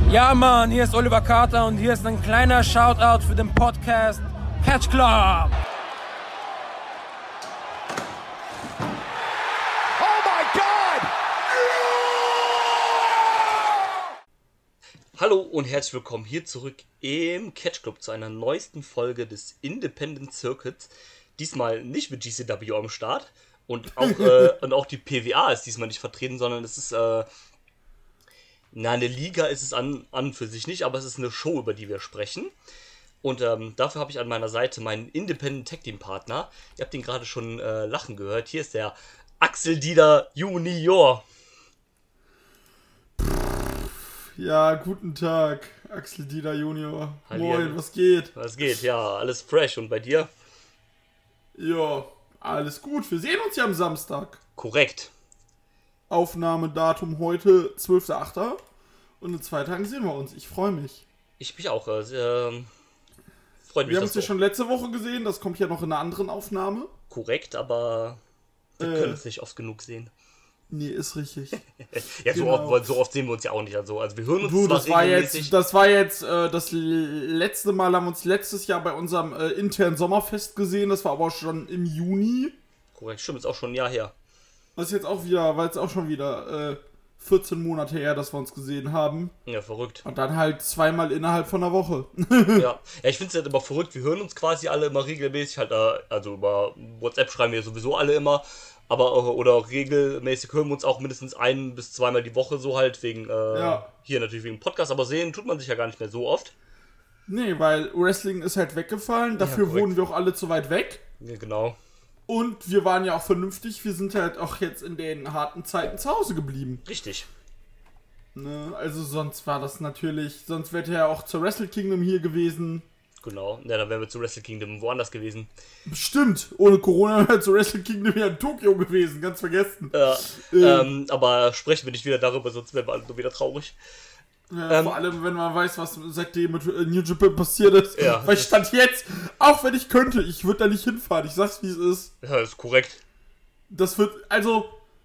Ja, Mann, hier ist Oliver Carter und hier ist ein kleiner Shoutout für den Podcast Catch Club. Oh my God! Hallo und herzlich willkommen hier zurück im Catch Club zu einer neuesten Folge des Independent Circuits. Diesmal nicht mit GCW am Start und auch die PWA ist diesmal nicht vertreten, sondern es ist eine Liga ist es an für sich nicht, aber es ist eine Show, über die wir sprechen. Und dafür habe ich an meiner Seite meinen Independent Tag Team Partner. Ihr habt ihn gerade schon lachen gehört. Hier ist der Axel Dieter Junior. Ja, guten Tag, Axel Dieter Junior. Hallihallo. Moin, was geht? Was geht? Ja, alles fresh. Und bei dir? Ja, alles gut. Wir sehen uns ja am Samstag. Korrekt. Aufnahmedatum heute 12.8. Und in 2 Tagen sehen wir uns. Ich freue mich. Ich mich auch. Freut mich. Wir haben uns ja schon letzte Woche gesehen. Das kommt ja noch in einer anderen Aufnahme. Korrekt, aber wir können es nicht oft genug sehen. Nee, ist richtig. Ja, Genau. so oft sehen wir uns ja auch nicht. Also wir hören uns Du, zwar das war regelmäßig. jetzt das letzte Mal, haben wir uns letztes Jahr bei unserem internen Sommerfest gesehen. Das war aber schon im Juni. Korrekt, stimmt, ist auch schon ein Jahr her. Das ist jetzt auch wieder, war jetzt auch schon wieder 14 Monate her, dass wir uns gesehen haben. Ja, verrückt. Und dann halt zweimal innerhalb von einer Woche. Ja, ich finde es halt immer verrückt. Wir hören uns quasi alle immer regelmäßig. Halt, also über WhatsApp schreiben wir sowieso alle immer. Aber oder regelmäßig hören wir uns auch mindestens 1 bis 2-mal die Woche so halt. Wegen, hier natürlich wegen Podcast. Aber sehen tut man sich ja gar nicht mehr so oft. Nee, weil Wrestling ist halt weggefallen. Dafür korrekt. wohnen wir auch alle zu weit weg. Ja, genau. Und wir waren ja auch vernünftig. Wir sind halt auch jetzt in den harten Zeiten zu Hause geblieben. Richtig. Ne? Also sonst war das natürlich... Sonst wäre er ja auch zur Wrestle Kingdom hier gewesen. Genau. Ja, dann wären wir zu Wrestle Kingdom woanders gewesen. Bestimmt. Ohne Corona wäre er zu Wrestle Kingdom hier in Tokio gewesen. Ganz vergessen. Aber sprechen wir nicht wieder darüber, sonst wären wir alle nur wieder traurig. Ja, vor allem, wenn man weiß, was seitdem mit New Japan passiert ist. Ja. Weil Stand jetzt, auch wenn ich könnte, ich würde da nicht hinfahren. Ich sag's, wie es ist. Ja, ist korrekt. Das wird, also,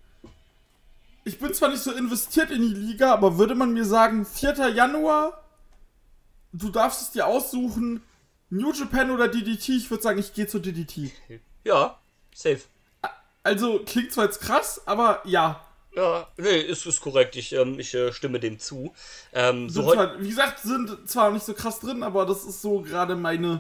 ich bin zwar nicht so investiert in die Liga, aber würde man mir sagen, 4. Januar, du darfst es dir aussuchen, New Japan oder DDT, ich würde sagen, ich gehe zu DDT. Ja, safe. Also, klingt zwar jetzt krass, aber ja. Ja, nee, ist korrekt. Ich stimme dem zu. Sind zwar, wie gesagt, sind zwar nicht so krass drin, aber das ist so gerade meine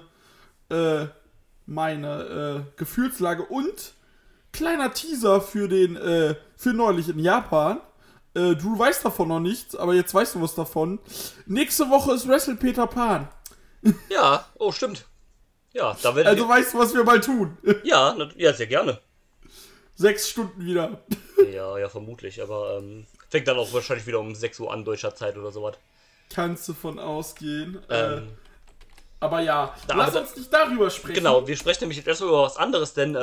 Gefühlslage. Und kleiner Teaser für für neulich in Japan. Du weißt davon noch nichts, aber jetzt weißt du was davon. Nächste Woche ist Wrestle Peter Pan. Ja, oh, stimmt. Ja, da werden Also weißt du, was wir mal tun? ja, sehr gerne. 6 Stunden wieder. Ja, vermutlich. Aber fängt dann auch wahrscheinlich wieder um 6 Uhr an deutscher Zeit oder sowas. Kannst du von ausgehen. Aber aber uns nicht darüber sprechen. Genau, wir sprechen nämlich jetzt erstmal über was anderes, denn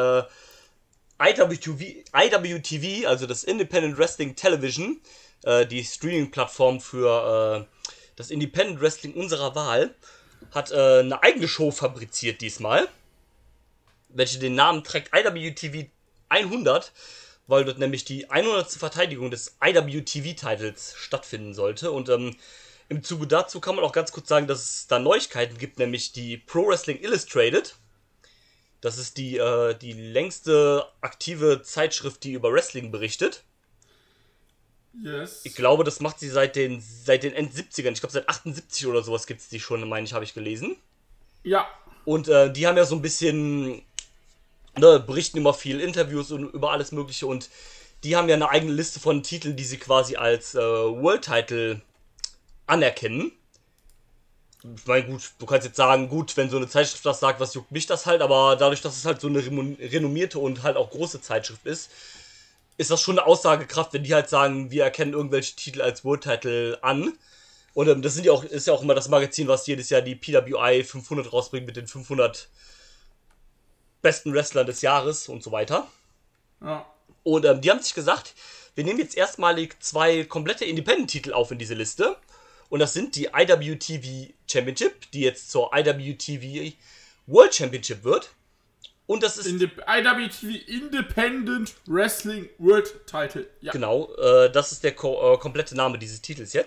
IWTV, also das Independent Wrestling Television, die Streaming-Plattform für das Independent Wrestling unserer Wahl, hat eine eigene Show fabriziert diesmal, welche den Namen trägt IWTV 100, weil dort nämlich die 100. Verteidigung des IWTV-Titels stattfinden sollte. Und im Zuge dazu kann man auch ganz kurz sagen, dass es da Neuigkeiten gibt, nämlich die Pro Wrestling Illustrated. Das ist die längste aktive Zeitschrift, die über Wrestling berichtet. Yes. Ich glaube, das macht sie seit den End-70ern. Ich glaube, seit 78 oder sowas gibt es die schon, meine ich, habe ich gelesen. Ja. Und die haben ja so ein bisschen... berichten immer viel Interviews und über alles Mögliche und die haben ja eine eigene Liste von Titeln, die sie quasi als World Title anerkennen. Ich meine, gut, du kannst jetzt sagen, gut, wenn so eine Zeitschrift das sagt, was juckt mich das halt, aber dadurch, dass es halt so eine renommierte und halt auch große Zeitschrift ist das schon eine Aussagekraft, wenn die halt sagen, wir erkennen irgendwelche Titel als World Title an. Und das ist ja auch immer das Magazin, was jedes Jahr die PWI 500 rausbringt mit den 500 besten Wrestlern des Jahres und so weiter. Ja. Und die haben sich gesagt, wir nehmen jetzt erstmalig 2 komplette Independent-Titel auf in diese Liste. Und das sind die IWTV Championship, die jetzt zur IWTV World Championship wird. Und das ist... IWTV Independent Wrestling World Title. Ja. Genau, das ist der komplette Name dieses Titels jetzt.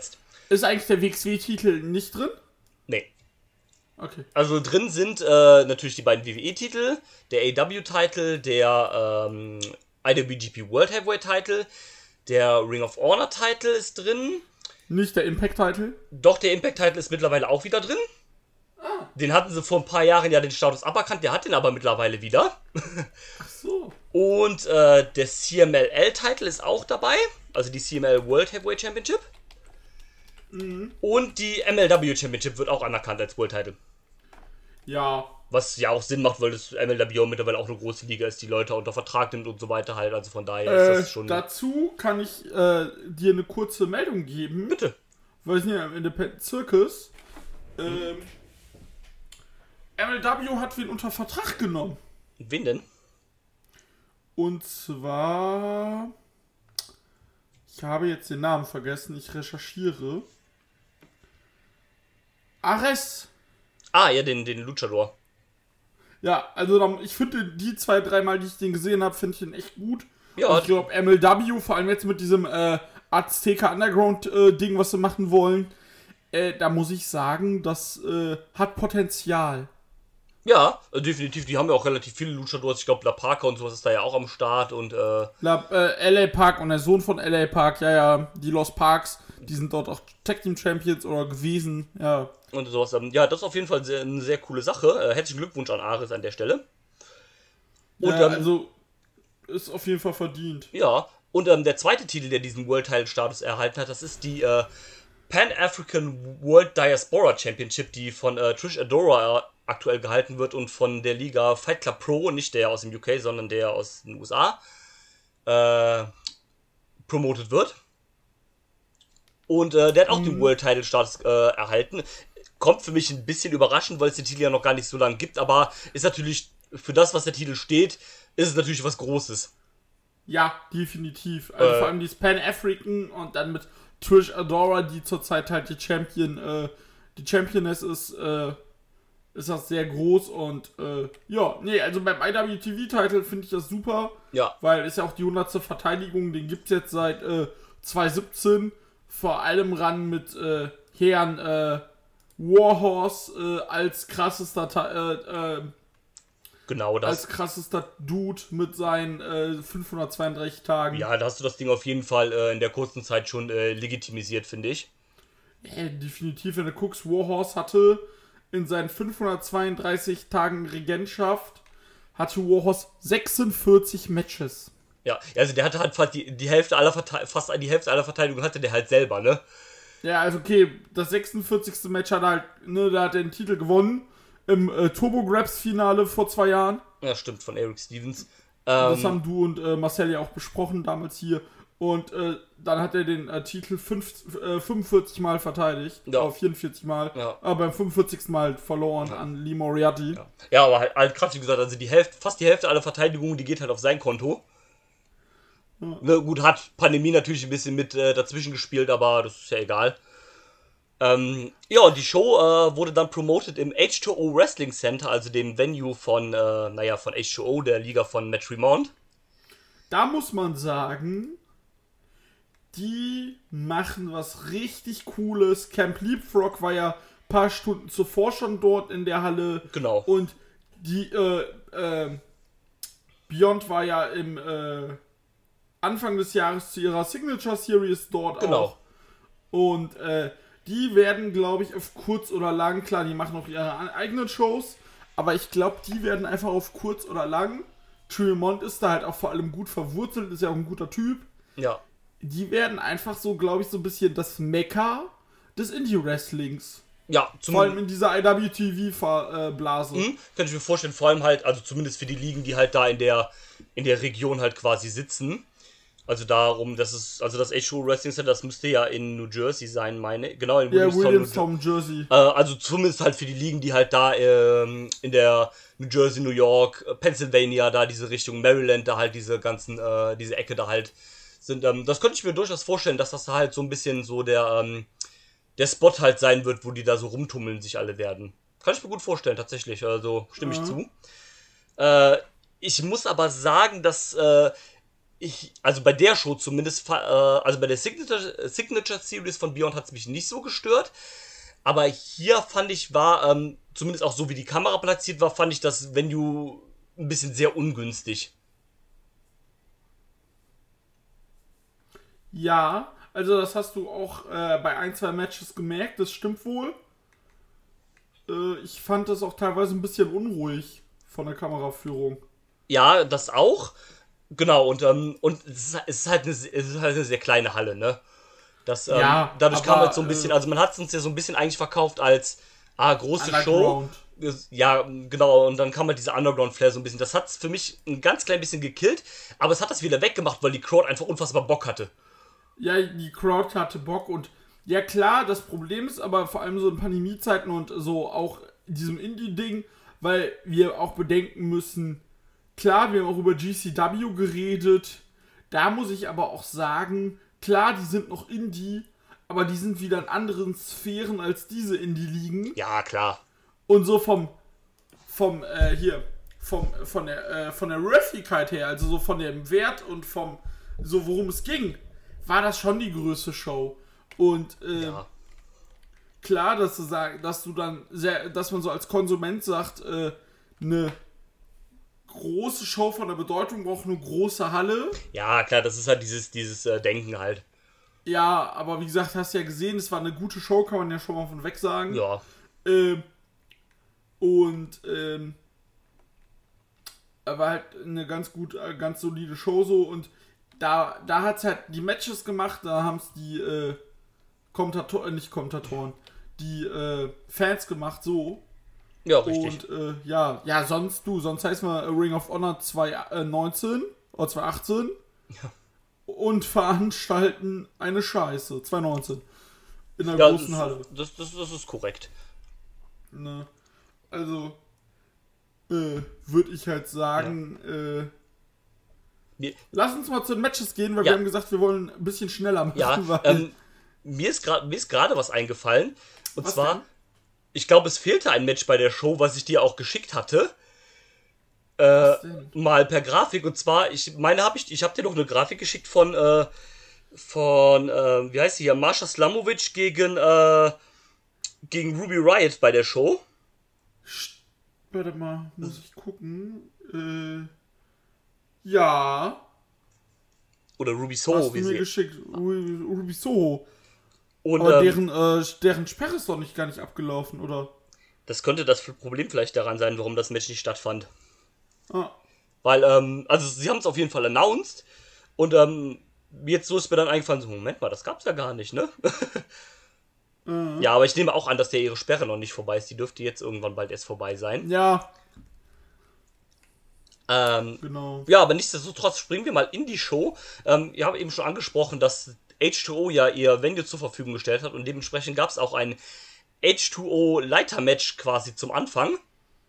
Ist eigentlich der WXW-Titel nicht drin? Nee. Okay. Also drin sind natürlich die beiden WWE-Titel, der AEW-Titel, der IWGP World Heavyweight-Titel, der Ring of Honor-Titel ist drin. Nicht der Impact-Titel? Doch, der Impact-Titel ist mittlerweile auch wieder drin. Den hatten sie vor ein paar Jahren ja den Status aberkannt, der hat den aber mittlerweile wieder. Ach so. Und der CMLL-Titel ist auch dabei, also die CMLL World Heavyweight Championship. Und die MLW Championship wird auch anerkannt als World Title. Ja. Was ja auch Sinn macht, weil das MLW mittlerweile auch eine große Liga ist, die Leute unter Vertrag nimmt und so weiter halt. Also von daher ist das schon... Dazu kann ich dir eine kurze Meldung geben. Bitte. Weil ich im Independent Circus MLW hat wen unter Vertrag genommen. Wen denn? Und zwar... Ich habe jetzt den Namen vergessen, ich recherchiere. Ares. Ah, ja, den Luchador. Ja, also ich finde die 2-3 Mal, die ich den gesehen habe, finde ich den echt gut. Ja. Und ich glaube, MLW, vor allem jetzt mit diesem Azteca Underground Ding, was sie machen wollen, da muss ich sagen, das hat Potenzial. Ja, definitiv. Die haben ja auch relativ viele Luchadors. Ich glaube, La Parka und sowas ist da ja auch am Start. Und LA Park und der Sohn von LA Park, ja, die Lost Parks, die sind dort auch Tag Team Champions oder gewesen, ja. Und sowas. Ja, das ist auf jeden Fall eine sehr coole Sache. Herzlichen Glückwunsch an Ares an der Stelle. Und, ja, also ist auf jeden Fall verdient. Ja, und der zweite Titel, der diesen World Title Status erhalten hat, das ist die Pan-African World Diaspora Championship, die von Trish Adora aktuell gehalten wird und von der Liga Fight Club Pro, nicht der aus dem UK, sondern der aus den USA, promotet wird. Und der hat auch den World Title Status erhalten. Kommt für mich ein bisschen überraschend, weil es den Titel ja noch gar nicht so lange gibt, aber ist natürlich, für das, was der Titel steht, ist es natürlich was Großes. Ja, definitiv. Also vor allem die Pan-African und dann mit Trish Adora, die zurzeit halt die Championess ist das sehr groß und also beim IWTV-Titel finde ich das super, Ja. weil ist ja auch die 100. Verteidigung, den gibt es jetzt seit 2017, vor allem ran mit Herrn Warhorse als krassester Genau das. als krassester Dude mit seinen 532 Tagen. Ja, da hast du das Ding auf jeden Fall in der kurzen Zeit schon legitimisiert, finde ich. Definitiv, wenn du guckst, Warhorse hatte in seinen 532 Tagen Regentschaft, hatte Warhorse 46 Matches. Ja, also der hatte halt fast die Hälfte aller Verteidigung hatte der halt selber, ne? Ja, also okay, das 46. Match hat er halt, da hat er den Titel gewonnen im Turbo-Grabs-Finale vor 2 Jahren. Ja, stimmt, von Eric Stevens. Das haben du und Marcel ja auch besprochen damals hier. Und dann hat er den Titel 45 Mal verteidigt. Ja. 44 Mal. Ja. Aber beim 45. Mal verloren an Lee Moriarty. Ja, aber halt krass, wie gesagt, also fast die Hälfte aller Verteidigungen, die geht halt auf sein Konto. Ja. Ne, gut, hat Pandemie natürlich ein bisschen mit dazwischen gespielt, aber das ist ja egal. Und die Show wurde dann promoted im H2O Wrestling Center, also dem Venue von H2O, der Liga von Matt Tremont. Da muss man sagen, die machen was richtig Cooles. Camp Leapfrog war ja ein paar Stunden zuvor schon dort in der Halle. Genau. Und die Beyond war ja im Anfang des Jahres zu ihrer Signature Series dort auch. Und die werden, glaube ich, auf kurz oder lang, klar, die machen auch ihre eigenen Shows, aber ich glaube, die werden einfach auf kurz oder lang, Tremont ist da halt auch vor allem gut verwurzelt, ist ja auch ein guter Typ. Ja. Die werden einfach so, glaube ich, so ein bisschen das Mekka des Indie-Wrestlings. Ja, vor allem in dieser IWTV-Blase. Kann ich mir vorstellen, vor allem halt, also zumindest für die Ligen, die halt da in der Region halt quasi sitzen. Also darum, das H2O Wrestling Center, das müsste ja in New Jersey sein, genau, in Williamstown, Jersey. Also zumindest halt für die Ligen, die halt da in der New Jersey, New York, Pennsylvania, da diese Richtung Maryland, da halt diese ganzen, diese Ecke da halt sind. Das könnte ich mir durchaus vorstellen, dass das halt so ein bisschen so der Spot halt sein wird, wo die da so rumtummeln sich alle werden. Kann ich mir gut vorstellen, tatsächlich, also stimme ich zu. Ich muss aber sagen, dass also bei der Show zumindest, also bei der Signature Series von Beyond hat es mich nicht so gestört. Aber hier fand ich, war, zumindest auch so wie die Kamera platziert war, fand ich das Venue ein bisschen sehr ungünstig. Ja, also das hast du auch bei 1, 2 Matches gemerkt, das stimmt wohl. Ich fand das auch teilweise ein bisschen unruhig von der Kameraführung. Ja, das auch. Genau, und es ist halt eine sehr kleine Halle, ne? Das, Ja, dadurch aber, kam halt so ein bisschen, also man hat es uns ja so ein bisschen eigentlich verkauft als, große Show. Underground. Ja, genau, und dann kam halt dieser Underground-Flair so ein bisschen. Das hat es für mich ein ganz klein bisschen gekillt, aber es hat das wieder weggemacht, weil die Crowd einfach unfassbar Bock hatte. Ja, die Crowd hatte Bock und ja klar, das Problem ist aber vor allem so in Pandemiezeiten und so auch diesem Indie-Ding, weil wir auch bedenken müssen, klar, wir haben auch über GCW geredet, da muss ich aber auch sagen, klar, die sind noch Indie, aber die sind wieder in anderen Sphären als diese Indie-Ligen. Ja, klar. Und so von der Reffigkeit her, also so von dem Wert und so worum es ging, war das schon die größte Show. Und Ja. klar, dass man so als Konsument sagt, eine große Show von der Bedeutung braucht eine große Halle. Ja, klar, das ist halt dieses Denken halt. Ja, aber wie gesagt, hast ja gesehen, es war eine gute Show, kann man ja schon mal von weg sagen. Ja. Aber halt eine ganz solide Show so und da hat's halt die Matches gemacht, da haben's die die Fans gemacht so. Ja, richtig. Und sonst heißt mal Ring of Honor 2019 oder 2018 Ja. und veranstalten eine Scheiße 2019 in der Ja, großen Halle. das ist korrekt. Ne? Also würde ich halt sagen, lass uns mal zu den Matches gehen, weil Ja. wir haben gesagt, wir wollen ein bisschen schneller machen. Ja, weil, mir ist gerade was eingefallen. Und Was zwar, denn? ich glaube, es fehlte ein Match bei der Show, was ich dir auch geschickt hatte. denn? Mal per Grafik. Und zwar, ich habe dir noch eine Grafik geschickt von wie heißt sie hier, Marsha Slamovic gegen Ruby Riott bei der Show. Warte mal, muss ich gucken. Ja, Oder Ruby Soho, hast du wie mir sie. geschickt. Ruby Soho. Und Aber deren Sperre ist doch gar nicht abgelaufen, oder? das könnte das Problem vielleicht daran sein, warum das Match nicht stattfand. Ah, Weil, also sie haben es auf jeden Fall announced. Und jetzt so ist mir dann eingefallen, so, Moment mal, das gab's ja gar nicht, ne? Ja, aber ich nehme auch an, dass ihre Sperre noch nicht vorbei ist. Die dürfte jetzt irgendwann bald erst vorbei sein. ja, genau. Ja, aber nichtsdestotrotz springen wir mal in die Show. Ihr habt eben schon angesprochen, dass H2O ja ihr Venue zur Verfügung gestellt hat und dementsprechend gab es auch ein H2O-Leiter-Match quasi zum Anfang.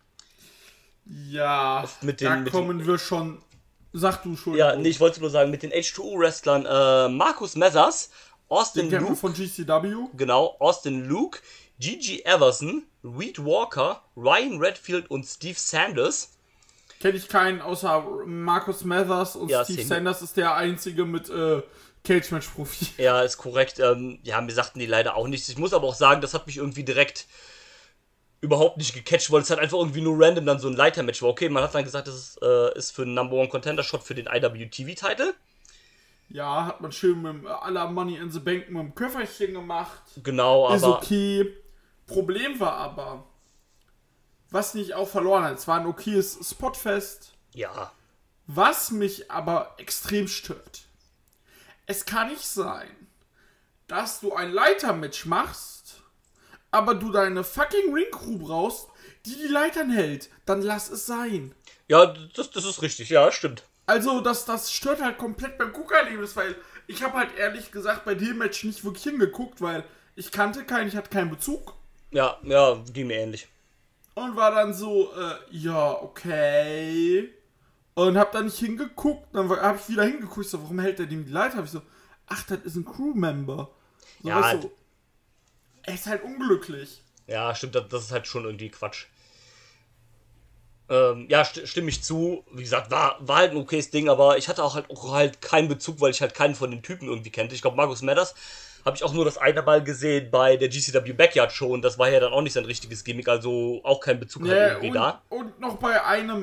Ja, kommen wir schon. Sag du schon. Ja, nee, ich wollte nur sagen, mit den H2O-Wrestlern Marcus Messers, Austin Den Kämpfer Luke, von GCW. genau, Austin Luke, Gigi Everson, Reed Walker, Ryan Redfield und Steve Sanders. Kenne ich keinen außer Marcus Mathers und Ja, Steve same. Sanders ist der einzige mit Cage-Match-Profi. Ja, ist korrekt. Ja, mir sagten die leider auch nichts. Ich muss aber auch sagen, das hat mich irgendwie direkt überhaupt nicht gecatcht, weil es halt einfach irgendwie nur random dann so ein Leiter-Match war. Okay, man hat dann gesagt, das ist für einen Number-One-Contender-Shot für den IWTV-Titel. Ja, hat man schön mit aller Money in the Bank mit dem Köfferchen gemacht. Genau, Ist aber okay. Problem war aber, was nicht auch verloren hat, es war ein okayes Spotfest. ja, Was mich aber extrem stört. Es kann nicht sein, dass du ein Leitermatch machst, aber du deine fucking Ring-Crew brauchst, die Leitern hält. Dann lass es sein. ja, das ist richtig. Ja, stimmt. Also, das stört halt komplett beim Guckerlebnis, weil ich habe halt ehrlich gesagt bei dem Match nicht wirklich hingeguckt, weil ich kannte keinen, ich hatte keinen Bezug. Ja, ging mir ähnlich. Und war dann so, ja, okay. Und hab dann nicht hingeguckt, dann habe ich wieder hingeguckt, ich so, warum hält der dem die Leiter? Hab ich so, ach, das ist ein Crewmember. So, Ja, weißt du, er ist halt unglücklich. Ja, stimmt, das ist halt schon irgendwie Quatsch. Ja, stimme ich zu. Wie gesagt, war halt ein okayes Ding, aber ich hatte auch halt keinen Bezug, weil ich halt keinen von den Typen irgendwie kannte. Ich glaube, Marcus Mathers habe ich auch nur das eine Mal gesehen bei der GCW Backyard Show und das war ja dann auch nicht sein richtiges Gimmick, also auch kein Bezug halt irgendwie da. Und noch bei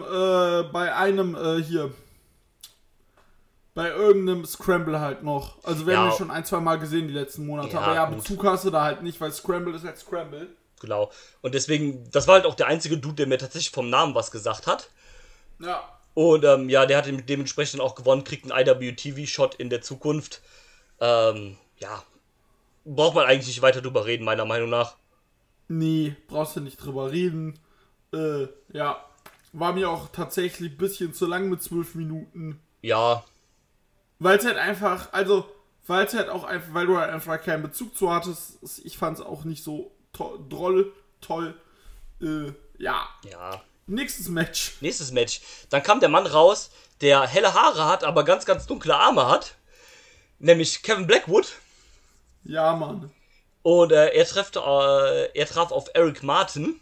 irgendeinem Scramble halt noch. Also wir haben ihn schon 1-2 Mal gesehen die letzten Monate, Ja, aber ja, gut. Bezug hast du da halt nicht, weil Scramble ist halt Scramble. Genau. Und deswegen, das war halt auch der einzige Dude, der mir tatsächlich vom Namen was gesagt hat. Ja. Und ja, der hat dementsprechend auch gewonnen, kriegt einen IWTV-Shot in der Zukunft. Ja, braucht man eigentlich nicht weiter drüber reden, meiner Meinung nach. Nee, brauchst du nicht drüber reden. Ja, war mir auch tatsächlich ein bisschen zu lang mit 12 Minuten. Ja, Weil es halt einfach, weil du halt einfach keinen Bezug zu hattest. Ich fand es auch nicht so toll. Ja. ja. Nächstes Match. Nächstes Match. Dann kam der Mann raus, der helle Haare hat, aber ganz, ganz dunkle Arme hat. Nämlich Kevin Blackwood. Ja, Mann. Und er traf auf Eric Martin.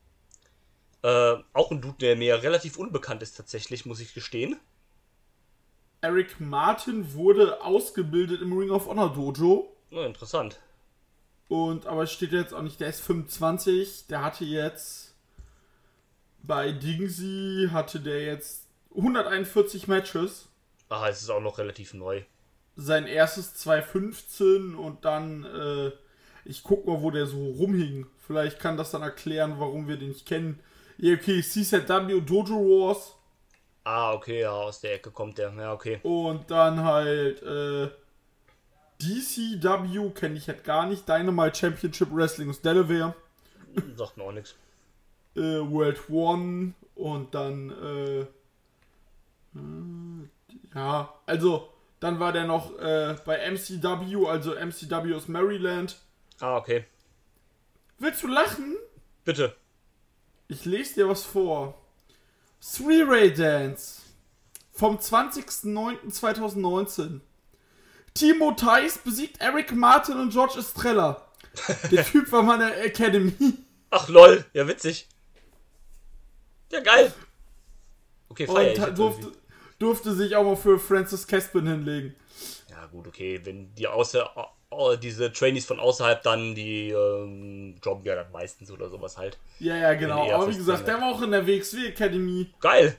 Auch ein Dude, der mir relativ unbekannt ist tatsächlich, muss ich gestehen. Eric Martin wurde ausgebildet im Ring of Honor Dojo. Ja, interessant. Aber es steht jetzt auch nicht, der ist 25. Der hatte jetzt bei Dingsy 141 Matches. Ah, es ist auch noch relativ neu. Sein erstes 2015 und dann, ich guck mal, wo der so rumhing. Vielleicht kann das dann erklären, warum wir den nicht kennen. Ja, okay, CZW Dojo Wars. Ah, okay, ja, aus der Ecke kommt der. Ja, okay. Und dann halt, DCW kenne ich halt gar nicht. Dynamite Championship Wrestling aus Delaware. Sagt mir auch nichts. World One und dann, ja, also, dann war der noch bei MCW, also MCW aus Maryland. Ah, okay. Willst du lachen? Bitte. Ich lese dir was vor. Three-Ray Dance vom 20.09.2019. Timo Thais besiegt Eric Martin und George Estrella. Der Typ war mal in der Academy. Ach, lol. Ja, witzig. Ja, geil. Okay, feier ich. Und durfte sich auch mal für Francis Caspin hinlegen. Ja, gut, okay. Wenn die diese Trainees von außerhalb dann, die jobben ja dann meistens oder sowas halt. Ja, genau. Wenn die Aber wie gesagt, der war auch in der WXW Academy. Geil.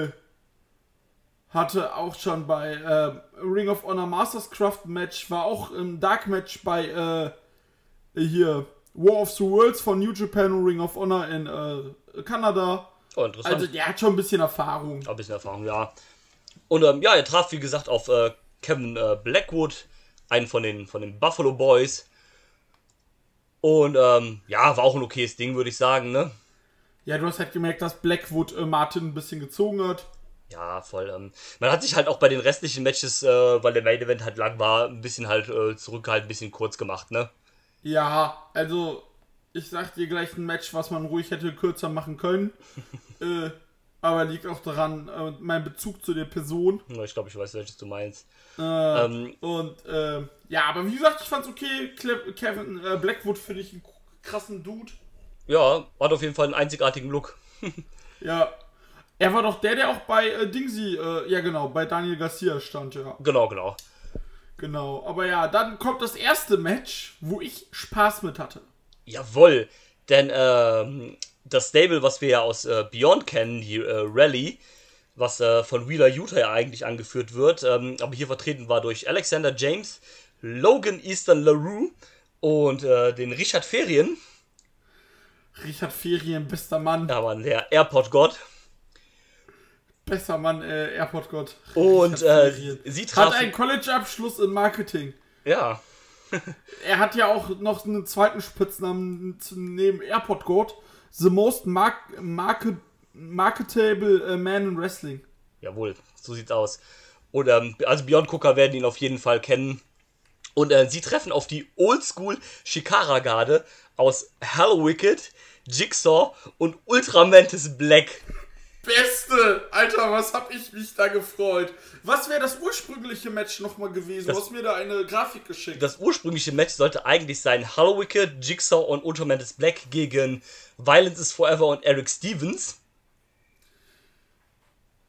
Hatte auch schon bei Ring of Honor Masters Craft Match, war auch im Dark Match bei hier War of the Worlds von New Japan und Ring of Honor in Kanada. Oh, interessant. Also der hat schon ein bisschen Erfahrung. Ein bisschen Erfahrung, ja. Und ja, er traf, wie gesagt, auf Kevin Blackwood, einen von den Buffalo Boys. Und ja, war auch ein okayes Ding, würde ich sagen, ne? Ja, du hast halt gemerkt, dass Blackwood Martin ein bisschen gezogen hat. Ja, voll. Man hat sich halt auch bei den restlichen Matches, weil der Main Event halt lang war, ein bisschen halt zurückgehalten, ein bisschen kurz gemacht, ne? Ja, also ich sag dir gleich ein Match, was man ruhig hätte kürzer machen können. Aber liegt auch daran, mein Bezug zu der Person. Ich glaube, ich weiß, welches du meinst. Ja, aber wie gesagt, ich fand's okay. Kevin Blackwood finde ich einen krassen Dude. Ja, hat auf jeden Fall einen einzigartigen Look. Ja. Er war doch der auch bei Dingsy, ja genau, bei Daniel Garcia stand, ja. Genau. Genau, aber ja, dann kommt das erste Match, wo ich Spaß mit hatte. Jawohl, denn das Stable, was wir ja aus Beyond kennen, die Rally, was von Wheeler Utah ja eigentlich angeführt wird, aber hier vertreten war durch Alexander James, Logan Easton LaRue und den Richard Ferien. Richard Ferien, bester Mann. Ja, Mann, der Airport-Gott. Bester Mann, Airport-Gott. Und sie traf... Hat einen College-Abschluss in Marketing. Ja. Er hat ja auch noch einen zweiten Spitznamen neben Airport-Gott. The most marketable man in Wrestling. Jawohl, so sieht's aus. Und also Beyond-Gucker werden ihn auf jeden Fall kennen. Und sie treffen auf die Oldschool Shikara-Garde aus Hellwicked, Jigsaw und Ultramantis Black. Beste! Alter, was hab ich mich da gefreut. Was wäre das ursprüngliche Match nochmal gewesen? Du hast mir da eine Grafik geschickt. Das ursprüngliche Match sollte eigentlich sein Hellwicked, Jigsaw und Ultramantis Black gegen Violence is Forever und Eric Stevens.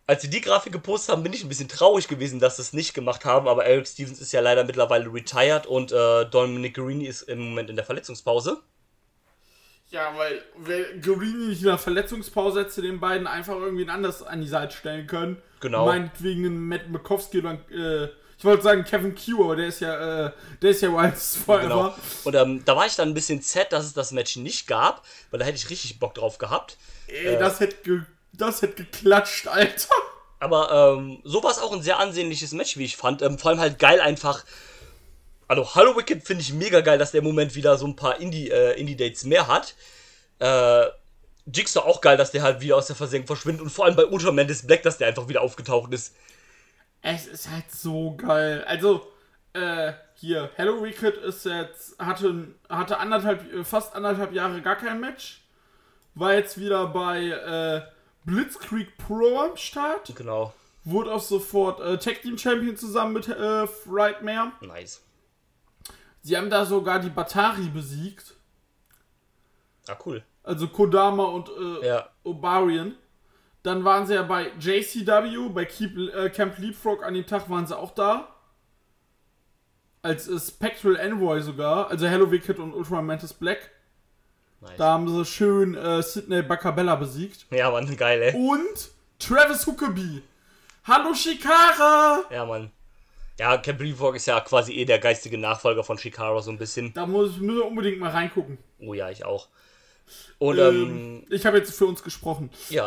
Als sie die Grafik gepostet haben, bin ich ein bisschen traurig gewesen, dass sie es nicht gemacht haben, aber Eric Stevens ist ja leider mittlerweile retired und Dominic Garrini ist im Moment in der Verletzungspause. Ja, weil Guarini nicht in der Verletzungspause hätte den beiden einfach irgendwie anders an die Seite stellen können. Genau. Meinetwegen einen Matt Makowski oder ich wollte sagen Kevin Q, aber der ist ja Wilds Forever. Genau. Und da war ich dann ein bisschen sad, dass es das Match nicht gab, weil da hätte ich richtig Bock drauf gehabt. Ey, das hätte geklatscht, Alter. Aber so war es auch ein sehr ansehnliches Match, wie ich fand. Vor allem halt geil einfach. Also Hallow Wicked finde ich mega geil, dass der im Moment wieder so ein paar Indie-Dates mehr hat. Jigsaw auch geil, dass der halt wieder aus der Versenkung verschwindet. Und vor allem bei Ultraman des Black, dass der einfach wieder aufgetaucht ist. Es ist halt so geil. Also, hier, Hallow Wicked ist jetzt, hatte fast anderthalb Jahre gar kein Match. War jetzt wieder bei Blitzkrieg Pro am Start. Genau. Wurde auch sofort Tag Team Champion zusammen mit Frightmare. Nice. Sie haben da sogar die Batari besiegt. Ah, cool. Also Kodama und Ja. Obarian. Dann waren sie ja bei JCW, bei Camp Leapfrog an dem Tag waren sie auch da. Als Spectral Envoy sogar. Also Hello Wicked und Ultraman Mantis Black. Nice. Da haben sie schön Sidney Bacabella besiegt. Ja, Mann, geil, ey. Und Travis Huckabee. Hallo Shikara! Ja, Mann. Ja, Camp Leapfrog ist ja quasi der geistige Nachfolger von Shikara, so ein bisschen. Da müssen wir unbedingt mal reingucken. Oh ja, ich auch. Und, ich habe jetzt für uns gesprochen. Ja.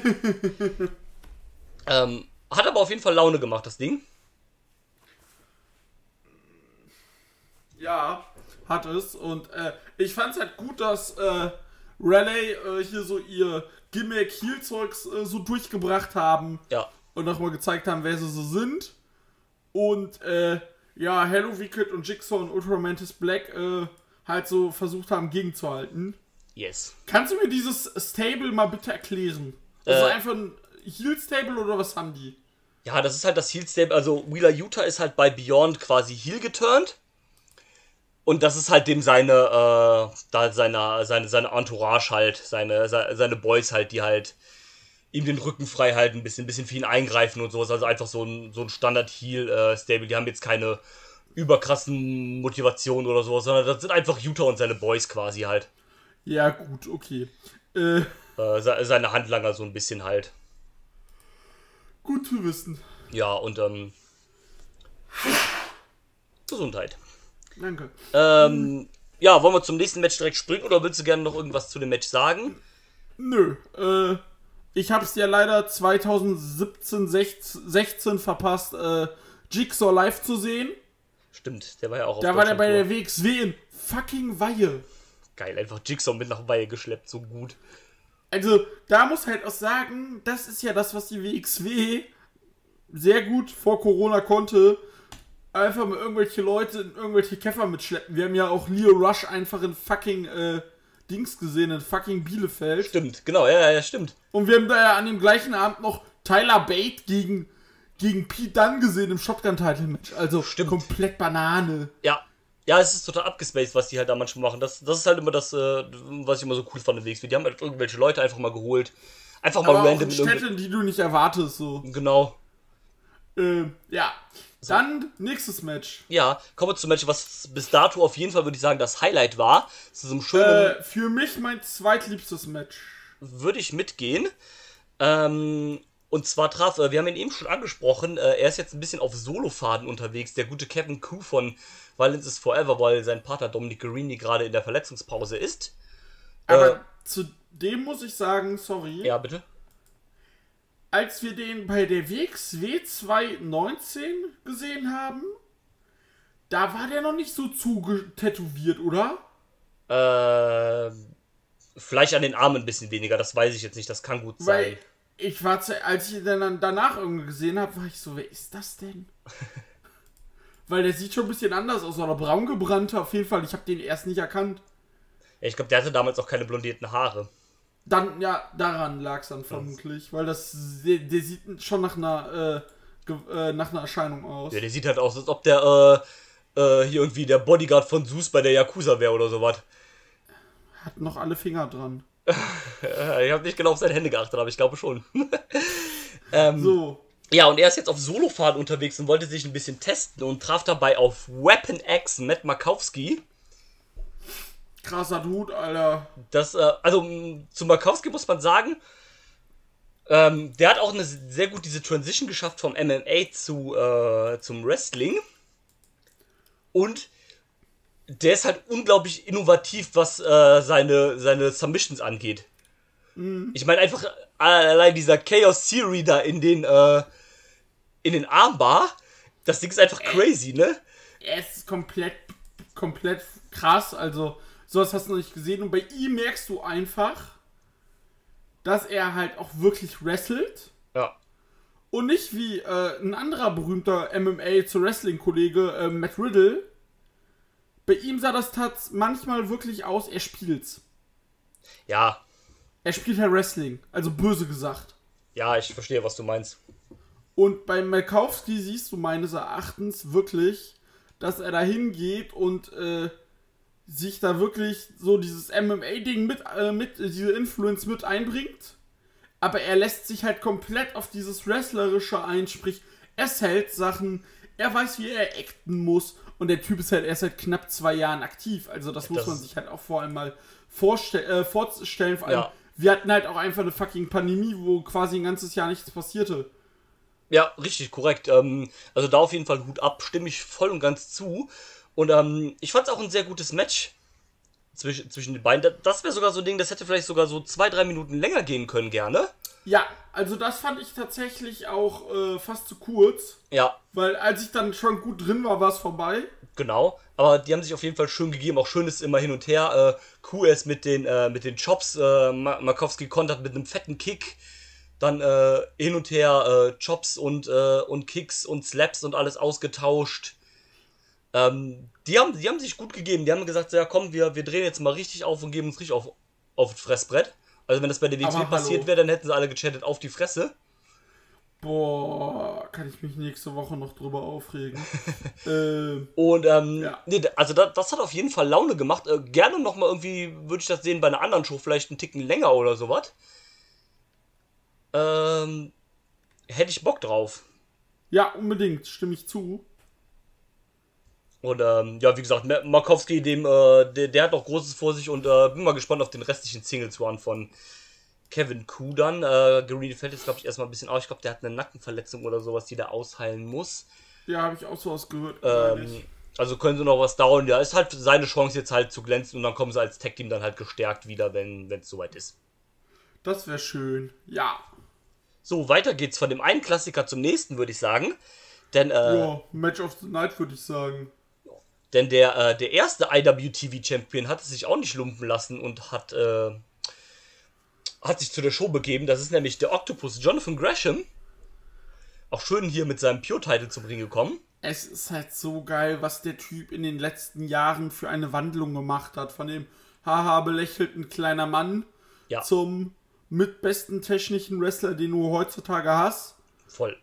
Hat aber auf jeden Fall Laune gemacht, das Ding. Ja, hat es. Und ich fand es halt gut, dass Raleigh hier so ihr Gimmick-Heel-Zeugs so durchgebracht haben. Ja. Und nochmal gezeigt haben, wer sie so sind. Und ja, Hello Wicked und Jigsaw und Ultramantis Black halt so versucht haben, gegenzuhalten. Yes. Kannst du mir dieses Stable mal bitte erklären? Das ist einfach ein Heel-Stable oder was haben die? Ja, das ist halt das Heel-Stable. Also Wheeler Yuta ist halt bei Beyond quasi Heel geturnt. Und das ist halt dem seine Entourage halt, seine Boys halt, die halt ihm den Rücken frei halten, ein bisschen für ihn eingreifen und sowas. Also einfach so ein Standard-Heel-Stable. Die haben jetzt keine überkrassen Motivationen oder sowas, sondern das sind einfach Yuta und seine Boys quasi halt. Ja, gut, okay. Seine Handlanger so ein bisschen halt. Gut zu wissen. Ja, und Gesundheit. Danke. Ja, wollen wir zum nächsten Match direkt springen oder willst du gerne noch irgendwas zu dem Match sagen? Nö, ich hab's ja leider 2017, 16 verpasst, Jigsaw live zu sehen. Stimmt, der war ja auch auf Da war der bei der WXW in fucking Weihe. Geil, einfach Jigsaw mit nach Weihe geschleppt, so gut. Also, da muss halt auch sagen, das ist ja das, was die WXW sehr gut vor Corona konnte. Einfach mal irgendwelche Leute in irgendwelche Käfer mitschleppen. Wir haben ja auch Leo Rush einfach in fucking Dings gesehen, in fucking Bielefeld. Stimmt, genau, ja, stimmt. Und wir haben da ja an dem gleichen Abend noch Tyler Bate gegen Pete Dunne gesehen im Shotgun-Title-Match. Also Stimmt. Komplett Banane. Ja, es ist total abgespaced, was die halt da manchmal machen. Das ist halt immer das, was ich immer so cool fand in WXW. Die haben halt irgendwelche Leute einfach mal geholt. Einfach mal Aber random. auch in Städten, die du nicht erwartest, so. Genau. Ja. Dann nächstes Match. Ja, kommen wir zum Match, was bis dato auf jeden Fall, würde ich sagen, das Highlight war. Zu so einem schönen... Für mich mein zweitliebstes Match. Würde ich mitgehen. Und zwar wir haben ihn eben schon angesprochen, er ist jetzt ein bisschen auf Solofaden unterwegs, der gute Kevin Q von Violence is Forever, weil sein Partner Dominic Garrini gerade in der Verletzungspause ist. Aber zu dem muss ich sagen, sorry. Ja, bitte? Als wir den bei der WXW 2019 gesehen haben, da war der noch nicht so tätowiert, oder? Vielleicht an den Armen ein bisschen weniger, das weiß ich jetzt nicht, das kann gut sein. Weil als ich den dann danach irgendwie gesehen habe, war ich so, wer ist das denn? Weil der sieht schon ein bisschen anders aus, oder braun gebrannt auf jeden Fall. Ich habe den erst nicht erkannt. Ja, ich glaube, der hatte damals auch keine blondierten Haare. Dann, ja, daran lag es dann vermutlich, weil der sieht schon nach einer Erscheinung aus. Ja, der sieht halt aus, als ob der hier irgendwie der Bodyguard von Zeus bei der Yakuza wäre oder sowas. Hat noch alle Finger dran. Ich habe nicht genau auf seine Hände geachtet, aber ich glaube schon. So. Ja, und er ist jetzt auf Solofahren unterwegs und wollte sich ein bisschen testen und traf dabei auf Weapon X, Matt Makowski. Krasser Dude, Alter. Zu Makowski muss man sagen, der hat auch sehr gut diese Transition geschafft vom MMA zum Wrestling. Und der ist halt unglaublich innovativ, was seine Submissions angeht. Ich meine einfach allein dieser Chaos Theory da in den Armbar, das Ding ist einfach crazy, ne? Es ist komplett krass, also sowas hast du noch nicht gesehen und bei ihm merkst du einfach, dass er halt auch wirklich wrestelt. Ja. Und nicht wie ein anderer berühmter MMA zu Wrestling-Kollege, Matt Riddle. Bei ihm sah das manchmal wirklich aus, er spielt's. Ja. Er spielt halt Wrestling, also böse gesagt. Ja, ich verstehe, was du meinst. Und bei Makowski siehst du meines Erachtens wirklich, dass er da hingeht und sich da wirklich so dieses MMA-Ding diese Influence mit einbringt. Aber er lässt sich halt komplett auf dieses Wrestlerische ein, sprich, er hält Sachen, er weiß, wie er acten muss. Und der Typ ist halt erst seit knapp 2 Jahren aktiv. Also das muss man sich halt auch vor allem mal vorstellen. Vor allem, wir hatten halt auch einfach eine fucking Pandemie, wo quasi ein ganzes Jahr nichts passierte. Ja, richtig, korrekt. Also da auf jeden Fall Hut ab, stimme ich voll und ganz zu. Und ich fand es auch ein sehr gutes Match zwischen den beiden. Das wäre sogar so ein Ding, das hätte vielleicht sogar so 2-3 Minuten länger gehen können, gerne. Ja, also das fand ich tatsächlich auch fast zu kurz. Ja. Weil als ich dann schon gut drin war, war es vorbei. Genau, aber die haben sich auf jeden Fall schön gegeben, auch schönes immer hin und her. QS mit den Chops, Makowski kontert mit einem fetten Kick. Dann hin und her Chops und Kicks und Slaps und alles ausgetauscht. Die haben sich gut gegeben. Die haben gesagt, ja komm, wir drehen jetzt mal richtig auf und geben uns richtig auf das Fressbrett. Also wenn das bei der WXW passiert wäre, dann hätten sie alle gechattet auf die Fresse. Boah, kann ich mich nächste Woche noch drüber aufregen. Nee, also das hat auf jeden Fall Laune gemacht. Gerne nochmal irgendwie, würde ich das sehen, bei einer anderen Show vielleicht einen Ticken länger oder sowas. Hätte ich Bock drauf. Ja, unbedingt, stimme ich zu. Und ja, wie gesagt, Makowski, der hat noch Großes vor sich und bin mal gespannt auf den restlichen Singles-Run von Kevin Ku dann. Guerrero fällt jetzt, glaube ich, erstmal ein bisschen aus. Ich glaube, der hat eine Nackenverletzung oder sowas, die da ausheilen muss. Ja, habe ich auch sowas gehört. Also können sie noch was dauern. Ja, ist halt seine Chance jetzt halt zu glänzen und dann kommen sie als Tag-Team dann halt gestärkt wieder, wenn es soweit ist. Das wäre schön, ja. So, weiter geht's von dem einen Klassiker zum nächsten, würde ich sagen. Denn, Match of the Night, würde ich sagen. Denn der erste IWTV-Champion hat es sich auch nicht lumpen lassen und hat sich zu der Show begeben. Das ist nämlich der Octopus Jonathan Gresham. Auch schön hier mit seinem Pure-Title zum Ring gekommen. Es ist halt so geil, was der Typ in den letzten Jahren für eine Wandlung gemacht hat. Von dem haha belächelten kleiner Mann zum mitbesten technischen Wrestler, den du heutzutage hast. Voll.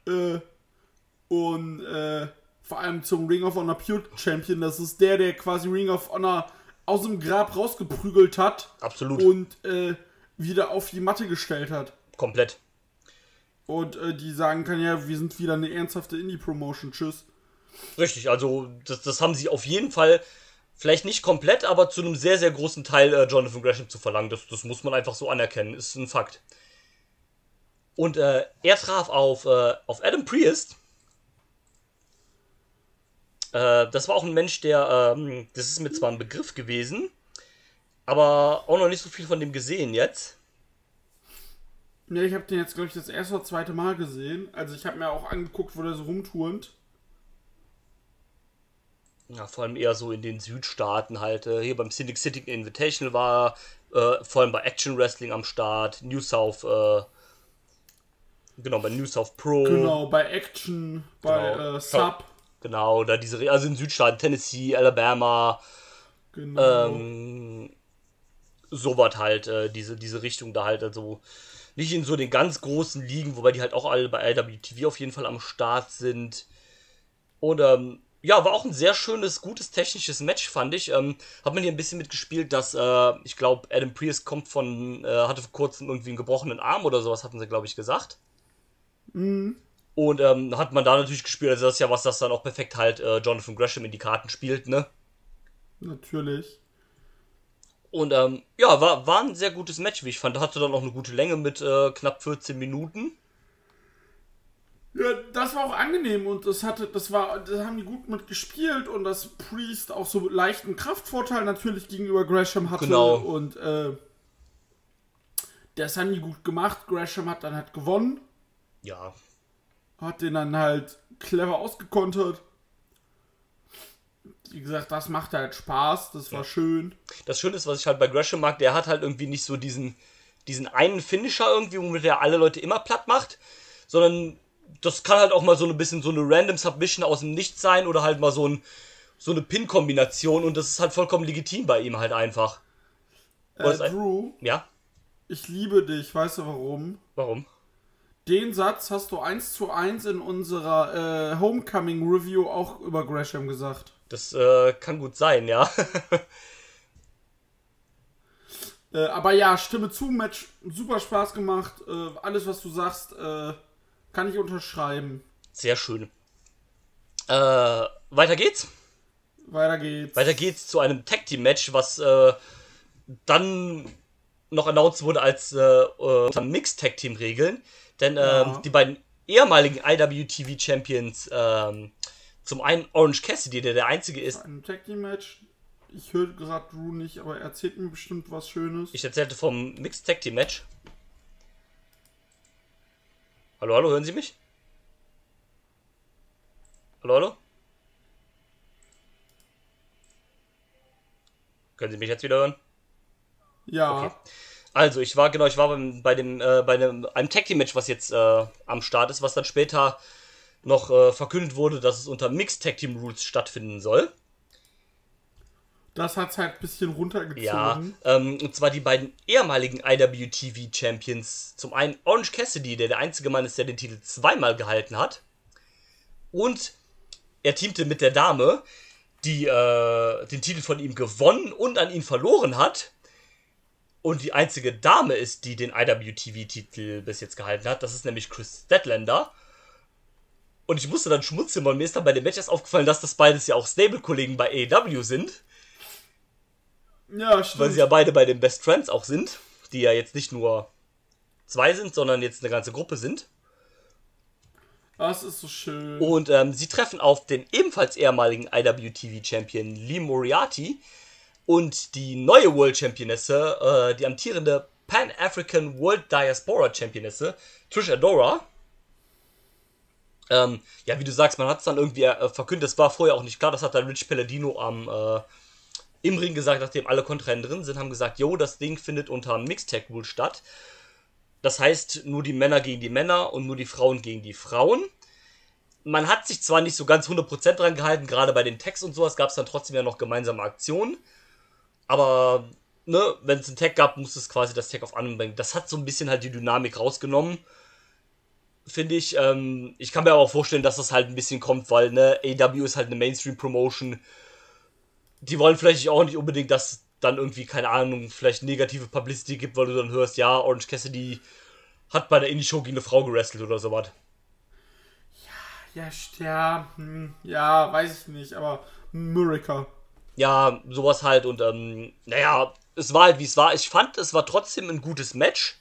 Vor allem zum Ring of Honor Pure Champion. Das ist der quasi Ring of Honor aus dem Grab rausgeprügelt hat. Absolut. Und wieder auf die Matte gestellt hat. Komplett. Und die sagen kann, ja, wir sind wieder eine ernsthafte Indie-Promotion. Tschüss. Richtig, also das haben sie auf jeden Fall, vielleicht nicht komplett, aber zu einem sehr, sehr großen Teil Jonathan Gresham zu verlangen. Das muss man einfach so anerkennen, ist ein Fakt. Und er traf auf Adam Priest. Das war auch ein Mensch, das ist mir zwar ein Begriff gewesen, aber auch noch nicht so viel von dem gesehen jetzt. Ja, ich habe den jetzt, glaube ich, das erste oder zweite Mal gesehen. Also ich habe mir auch angeguckt, wo der so rumturnt. Ja, vor allem eher so in den Südstaaten halt. Hier beim Cynic City Invitational war vor allem bei Action Wrestling am Start. New South, bei New South Pro. Genau, bei Action, bei Sub. Genau, da also in Südstaaten, Tennessee, Alabama. Genau. Sowas halt, diese Richtung da halt, also nicht in so den ganz großen Ligen, wobei die halt auch alle bei IWTV auf jeden Fall am Start sind. Und ja, war auch ein sehr schönes, gutes technisches Match, fand ich. Hat man hier ein bisschen mitgespielt, dass, ich glaube, Adam Priest hatte vor kurzem irgendwie einen gebrochenen Arm oder sowas, hatten sie, glaube ich, gesagt. Und hat man da natürlich gespielt, also das ist ja was, das dann auch perfekt halt Jonathan Gresham in die Karten spielt, ne? Natürlich. Und ja, war ein sehr gutes Match, wie ich fand. Hatte dann auch eine gute Länge mit knapp 14 Minuten. Ja, das war auch angenehm und da haben die gut mit gespielt und dass Priest auch so leichten Kraftvorteil natürlich gegenüber Gresham hatte. Genau. Und das haben die gut gemacht. Gresham hat dann halt gewonnen. Ja. Hat den dann halt clever ausgekontert. Wie gesagt, das macht halt Spaß. Das war schön. Das Schöne ist, was ich halt bei Gresham mag, der hat halt irgendwie nicht so diesen einen Finisher irgendwie, womit er alle Leute immer platt macht, sondern das kann halt auch mal so ein bisschen so eine random Submission aus dem Nichts sein oder halt mal so eine Pin-Kombination und das ist halt vollkommen legitim bei ihm halt einfach. Drew, Ja? ich liebe dich. Weißt du warum? Warum? Den Satz hast du 1:1 in unserer Homecoming-Review auch über Gresham gesagt. Das kann gut sein, ja. Aber ja, Stimme zu, Match, super Spaß gemacht. Alles, was du sagst, kann ich unterschreiben. Sehr schön. Weiter geht's. Weiter geht's. Weiter geht's zu einem Tag-Team-Match, was dann noch announced wurde als unter Mixed-Tag-Team-Regeln. Denn die beiden ehemaligen IWTV-Champions, zum einen Orange Cassidy, der einzige ist. Ein Tag-Team-Match. Ich höre gerade Drew nicht, aber er erzählt mir bestimmt was Schönes. Ich erzählte vom Mixed-Tag-Team-Match. Hallo, hallo, hören Sie mich? Hallo, hallo? Können Sie mich jetzt wieder hören? Ja. Okay. Also, ich war bei einem Tag-Team-Match, was jetzt am Start ist, was dann später noch verkündet wurde, dass es unter Mixed Tag Team Rules stattfinden soll. Das hat's halt ein bisschen runtergezogen. Ja, und zwar die beiden ehemaligen IWTV Champions. Zum einen Orange Cassidy, der einzige Mann ist, der den Titel zweimal gehalten hat. Und er teamte mit der Dame, die den Titel von ihm gewonnen und an ihn verloren hat. Und die einzige Dame ist, die den IWTV-Titel bis jetzt gehalten hat. Das ist nämlich Chris Statlander. Und ich musste dann schmunzeln, weil mir ist dann bei den Matches aufgefallen, dass das beides ja auch Stable-Kollegen bei AEW sind. Ja, stimmt. Weil sie ja beide bei den Best Friends auch sind. Die ja jetzt nicht nur 2 sind, sondern jetzt eine ganze Gruppe sind. Das ist so schön. Und sie treffen auf den ebenfalls ehemaligen IWTV-Champion Lee Moriarty und die neue World Championesse, die amtierende Pan-African World Diaspora Championesse, Trish Adora. Ja, wie du sagst, man hat es dann irgendwie verkündet, das war vorher auch nicht klar, das hat dann Rich Palladino im Ring gesagt, nachdem alle Kontrahenten drin sind, haben gesagt, jo, das Ding findet unter Mixed Tag Rule statt. Das heißt, nur die Männer gegen die Männer und nur die Frauen gegen die Frauen. Man hat sich zwar nicht so ganz 100% dran gehalten, gerade bei den Tags und sowas gab es dann trotzdem ja noch gemeinsame Aktionen. Aber, ne, wenn es einen Tag gab, musste es quasi das Tag auf anderen bringen. Das hat so ein bisschen halt die Dynamik rausgenommen, finde ich. Ich kann mir aber auch vorstellen, dass das halt ein bisschen kommt, weil, ne, AEW ist halt eine Mainstream-Promotion. Die wollen vielleicht auch nicht unbedingt, dass dann irgendwie, keine Ahnung, vielleicht negative Publicity gibt, weil du dann hörst, ja, Orange Cassidy hat bei der Indie-Show gegen eine Frau gewrestelt oder sowas. Ja, weiß ich nicht, aber Miracle. Ja, sowas halt und, naja, es war halt wie es war. Ich fand, es war trotzdem ein gutes Match.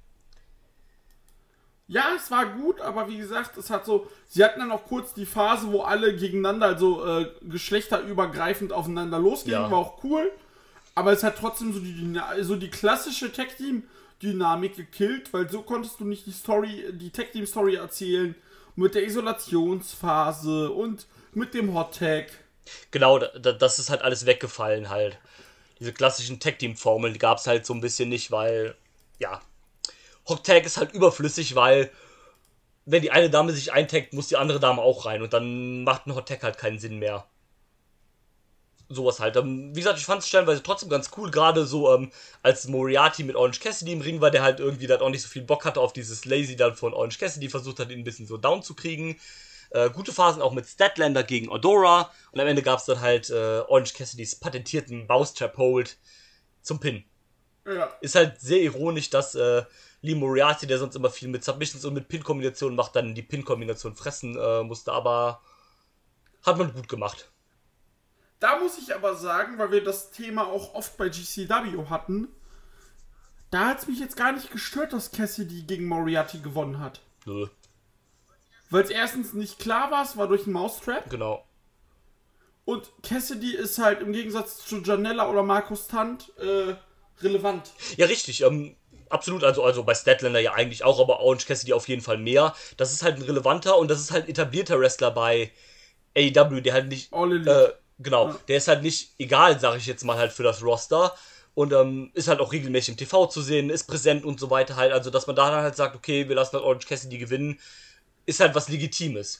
Ja, es war gut, aber wie gesagt, es hat so, sie hatten dann auch kurz die Phase, wo alle gegeneinander, also geschlechterübergreifend aufeinander losgingen, Ja. war auch cool. Aber es hat trotzdem so die klassische Tag-Team-Dynamik gekillt, weil so konntest du nicht die Tag-Team-Story erzählen mit der Isolationsphase und mit dem Hot-Tag. Genau, das ist halt alles weggefallen halt. Diese klassischen Tag-Team-Formeln, die gab es halt so ein bisschen nicht, weil, ja, Hot-Tag ist halt überflüssig, weil wenn die eine Dame sich eintaggt, muss die andere Dame auch rein und dann macht ein Hot-Tag halt keinen Sinn mehr. Sowas halt. Wie gesagt, ich fand es stellenweise trotzdem ganz cool, gerade so, als Moriarty mit Orange Cassidy im Ring war, der halt irgendwie dann auch nicht so viel Bock hatte auf dieses Lazy dann von Orange Cassidy, versucht hat, ihn ein bisschen so down zu kriegen. Gute Phasen auch mit Statlander gegen Adora und am Ende gab es dann halt Orange Cassidys patentierten Mousetrap Hold zum Pin. Ja. Ist halt sehr ironisch, dass Lee Moriarty, der sonst immer viel mit Submissions und mit Pin-Kombinationen macht, dann die Pin-Kombination fressen musste, aber hat man gut gemacht. Da muss ich aber sagen, weil wir das Thema auch oft bei GCW hatten, da hat es mich jetzt gar nicht gestört, dass Cassidy gegen Moriarty gewonnen hat. Nö. Weil es erstens nicht klar war, es war durch einen Mousetrap. Genau. Und Cassidy ist halt im Gegensatz zu Janella oder Markus Tant relevant. Ja, richtig. Absolut. Also bei Statlander ja eigentlich auch, aber Orange Cassidy auf jeden Fall mehr. Das ist halt ein relevanter und das ist halt ein etablierter Wrestler bei AEW, der halt nicht... All Elite. Genau. Ja. Der ist halt nicht egal, sage ich jetzt mal halt für das Roster. Und ist halt auch regelmäßig im TV zu sehen, ist präsent und so weiter halt. Also, dass man da dann halt sagt, okay, wir lassen halt Orange Cassidy gewinnen, ist halt was Legitimes.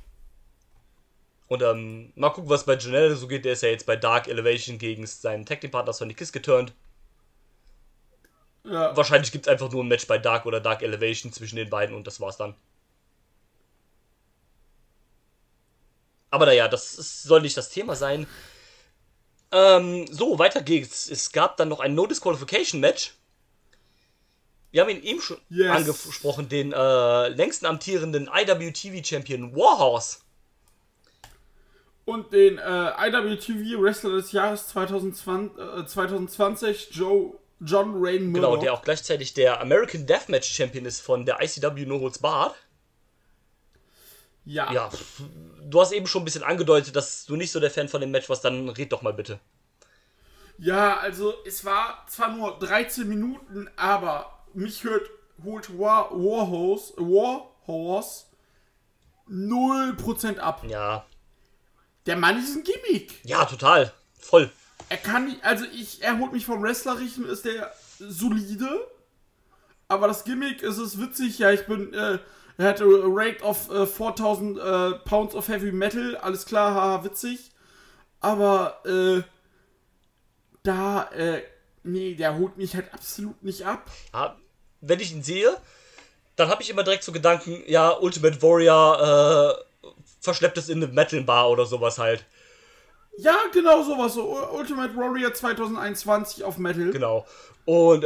Und mal gucken, was bei Janelle so geht. Der ist ja jetzt bei Dark Elevation gegen seinen Tag-Team-Partner Sonny Kiss geturnt. Ja. Wahrscheinlich gibt es einfach nur ein Match bei Dark oder Dark Elevation zwischen den beiden und das war's dann. Aber naja, soll nicht das Thema sein. So, weiter geht's. Es gab dann noch ein No-Disqualification-Match. Wir haben ihn eben schon angesprochen, den längsten amtierenden IWTV-Champion Warhorse. Und den IWTV-Wrestler des Jahres 2020, John Wayne Murdoch. Genau, der auch gleichzeitig der American Deathmatch Champion ist von der ICW No Holds Barred. Ja, du hast eben schon ein bisschen angedeutet, dass du nicht so der Fan von dem Match warst, dann red doch mal bitte. Ja, also es war zwar nur 13 Minuten, aber mich holt Warhorse 0% ab. Ja. Der Mann ist ein Gimmick. Ja, total. Voll. Er kann nicht, also er holt mich vom Wrestlerischen, ist der solide, aber das Gimmick ist es witzig, ja, er hatte a rate of 4000 Pounds of Heavy Metal, alles klar, haha, witzig. Aber, der holt mich halt absolut nicht ab. Ja, wenn ich ihn sehe, dann habe ich immer direkt so Gedanken, ja, Ultimate Warrior verschleppt es in eine Metal Bar oder sowas halt. Ja, genau sowas, so Ultimate Warrior 2021 auf Metal. Genau. Und,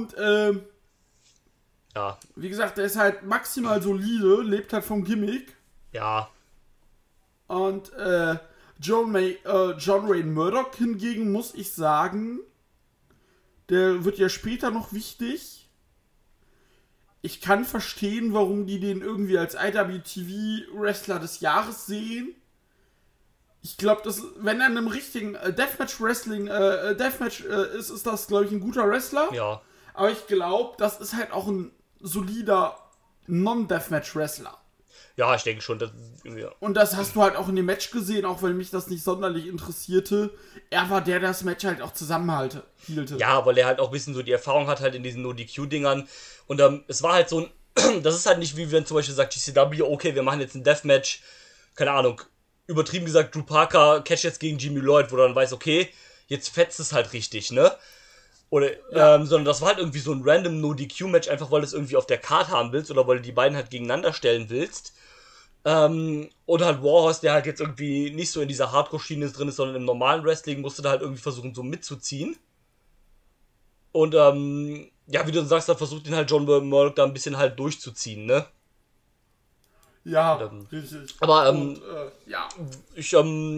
ja. Wie gesagt, der ist halt maximal solide, lebt halt vom Gimmick. Ja. Und John Wayne Murdoch hingegen, muss ich sagen, der wird ja später noch wichtig. Ich kann verstehen, warum die den irgendwie als IWTV-Wrestler des Jahres sehen. Ich glaube, wenn er in einem richtigen Deathmatch ist das, glaube ich, ein guter Wrestler. Ja. Aber ich glaube, das ist halt auch ein solider Non-Deathmatch-Wrestler. Ja, ich denke schon. Ja. Und das hast du halt auch in dem Match gesehen, auch wenn mich das nicht sonderlich interessierte. Er war der das Match halt auch zusammenhielte. Ja, weil er halt auch ein bisschen so die Erfahrung hat halt in diesen No-DQ-Dingern. Und es war halt so ein... Das ist halt nicht, wie wenn zum Beispiel sagt GCW, okay, wir machen jetzt ein Deathmatch, keine Ahnung, übertrieben gesagt, Drew Parker catch jetzt gegen Jimmy Lloyd, wo du dann weißt, okay, jetzt fetzt es halt richtig, ne? Oder, ja. Sondern das war halt irgendwie so ein random No-DQ-Match, einfach weil du es irgendwie auf der Karte haben willst oder weil du die beiden halt gegeneinander stellen willst. Oder halt Warhorse, der halt jetzt irgendwie nicht so in dieser Hardcore-Schiene drin ist, sondern im normalen Wrestling musste da halt irgendwie versuchen, so mitzuziehen. Und, ja, wie du sagst, da versucht ihn halt John Murdoch da ein bisschen halt durchzuziehen, ne? Ja, richtig. Aber, ja. Ich,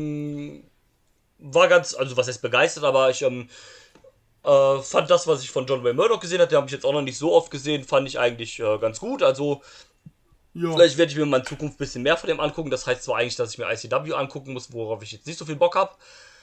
war ganz, also was heißt begeistert, aber ich, fand das, was ich von John Wayne Murdoch gesehen habe, den habe ich jetzt auch noch nicht so oft gesehen, fand ich eigentlich ganz gut. Also, vielleicht werde ich mir mal in Zukunft ein bisschen mehr von dem angucken. Das heißt zwar eigentlich, dass ich mir ICW angucken muss, worauf ich jetzt nicht so viel Bock habe.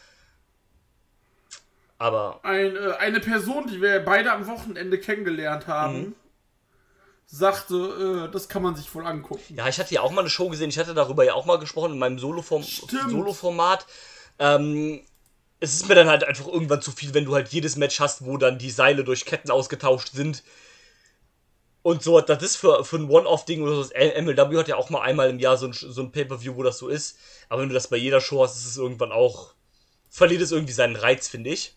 Aber... Eine Person, die wir beide am Wochenende kennengelernt haben, sagte, das kann man sich wohl angucken. Ja, ich hatte ja auch mal eine Show gesehen, ich hatte darüber ja auch mal gesprochen in meinem Solo-Format. Es ist mir dann halt einfach irgendwann zu viel, wenn du halt jedes Match hast, wo dann die Seile durch Ketten ausgetauscht sind. Und so, das ist für ein One-Off-Ding oder so. Das MLW hat ja auch mal einmal im Jahr so ein Pay-Per-View, wo das so ist. Aber wenn du das bei jeder Show hast, ist es irgendwann auch... Verliert es irgendwie seinen Reiz, finde ich.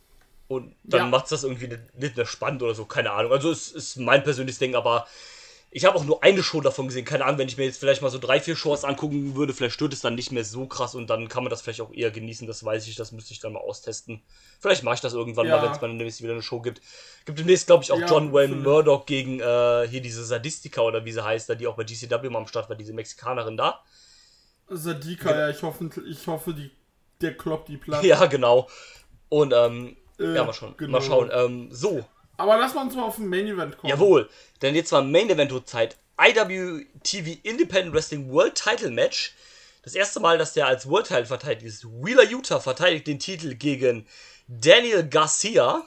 Und dann macht es das irgendwie nicht mehr spannend oder so, keine Ahnung. Also es ist mein persönliches Ding, aber Ich habe auch nur eine Show davon gesehen. Keine Ahnung, wenn ich mir jetzt vielleicht mal so 3-4 Shows angucken würde, vielleicht stört es dann nicht mehr so krass und dann kann man das vielleicht auch eher genießen. Das weiß ich, das müsste ich dann mal austesten. Vielleicht mache ich das irgendwann mal, wenn es mal demnächst wieder eine Show gibt. Gibt demnächst, glaube ich, auch John Wayne Murdoch gegen hier diese Sadistika oder wie sie heißt, da die auch bei GCW mal am Start war, diese Mexikanerin da. Sadika, ja, ich hoffe, der kloppt die Platte. Ja, genau. Und, mal schauen. Genau. Mal schauen. So. Aber lass uns mal auf den Main Event kommen. Jawohl, denn jetzt war Main Event Zeit. IWTV Independent Wrestling World Title Match. Das erste Mal, dass der als World Title verteidigt ist. Wheeler Yuta verteidigt den Titel gegen Daniel Garcia.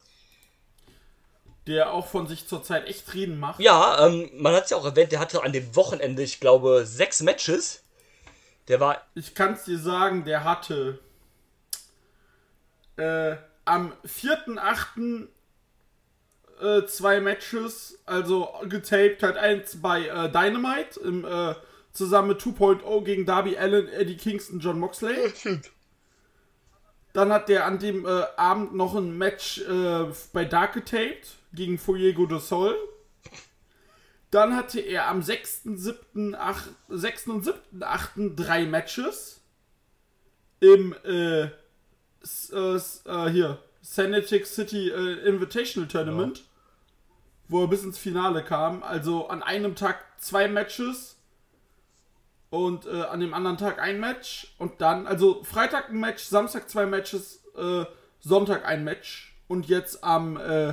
Der auch von sich zurzeit echt reden macht. Ja, man hat es ja auch erwähnt, der hatte an dem Wochenende, ich glaube, 6 Matches. Ich kann es dir sagen, der hatte am 4.8. 2 Matches, also getaped, halt eins bei Dynamite, zusammen mit 2.0 gegen Darby Allin, Eddie Kingston, John Moxley. Dann hat der an dem Abend noch ein Match bei Dark getaped, gegen Fuego del Sol. Dann hatte er am 6. und 7.8. 3 Matches im Sanitic City Invitational Tournament, wo er bis ins Finale kam. Also an einem Tag 2 Matches und an dem anderen Tag ein Match. Und dann, also Freitag ein Match, Samstag 2 Matches, Sonntag ein Match. Und jetzt am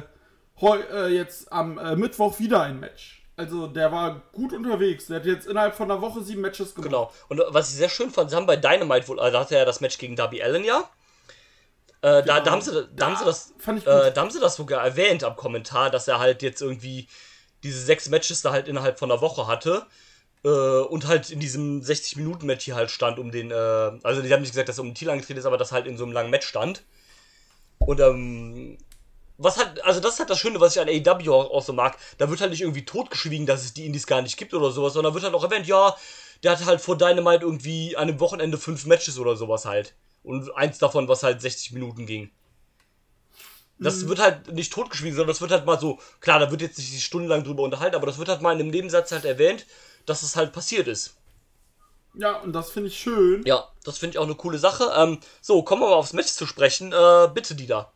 Mittwoch wieder ein Match. Also der war gut unterwegs. Der hat jetzt innerhalb von einer Woche 7 Matches gemacht. Genau. Und was ich sehr schön fand, sie haben bei Dynamite wohl, da hatte er das Match gegen Darby Allin, ja. Da haben sie das sogar erwähnt am Kommentar, dass er halt jetzt irgendwie diese 6 Matches da halt innerhalb von einer Woche hatte und halt in diesem 60-Minuten-Match hier halt stand also die haben nicht gesagt, dass er um den Titel angetreten ist, aber dass er halt in so einem langen Match stand. Und das ist halt das Schöne, was ich an AEW auch so mag, da wird halt nicht irgendwie totgeschwiegen, dass es die Indies gar nicht gibt oder sowas, sondern wird halt auch erwähnt, ja, der hat halt vor Dynamite irgendwie an einem Wochenende 5 Matches oder sowas halt. Und eins davon, was halt 60 Minuten ging. Das wird halt nicht totgeschwiegen, sondern das wird halt mal so, klar, da wird jetzt nicht stundenlang drüber unterhalten, aber das wird halt mal in einem Nebensatz halt erwähnt, dass es halt passiert ist. Ja, und das finde ich schön. Ja, das finde ich auch eine coole Sache. So, kommen wir mal aufs Match zu sprechen. Bitte, Dieter.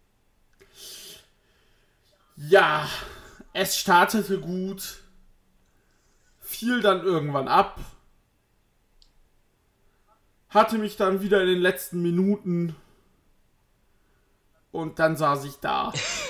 Ja, es startete gut, fiel dann irgendwann ab, hatte mich dann wieder in den letzten Minuten und dann saß ich da.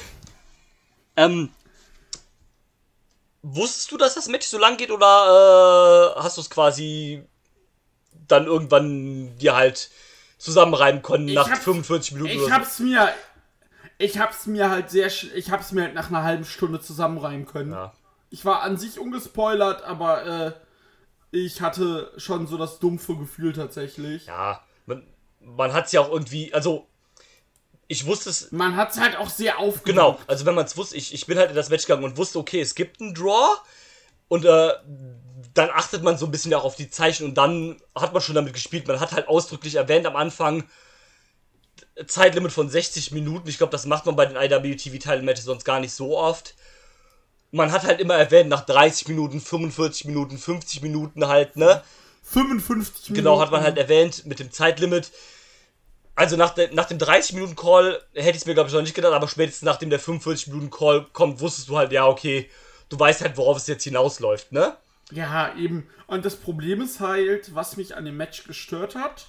Wusstest du, dass das Match so lang geht oder hast du es quasi dann irgendwann dir halt zusammenreimen können nach 45 Minuten? Ich hab's mir halt nach einer halben Stunde zusammenreimen können. Ja. Ich war an sich ungespoilert, aber ich hatte schon so das dumpfe Gefühl tatsächlich. Ja, man hat es ja auch irgendwie, also ich wusste es. Man hat es halt auch sehr aufgebaut. Genau, also wenn man es wusste, ich bin halt in das Match gegangen und wusste, okay, es gibt einen Draw und dann achtet man so ein bisschen auch auf die Zeichen und dann hat man schon damit gespielt. Man hat halt ausdrücklich erwähnt am Anfang, Zeitlimit von 60 Minuten. Ich glaube, das macht man bei den IWTV-Title-Matches sonst gar nicht so oft. Man hat halt immer erwähnt, nach 30 Minuten, 45 Minuten, 50 Minuten halt, ne? 55 Minuten. Genau, hat man halt erwähnt mit dem Zeitlimit. Also nach dem 30-Minuten-Call hätte ich es mir, glaube ich, noch nicht gedacht, aber spätestens nachdem der 45-Minuten-Call kommt, wusstest du halt, ja, okay, du weißt halt, worauf es jetzt hinausläuft, ne? Ja, eben. Und das Problem ist halt, was mich an dem Match gestört hat,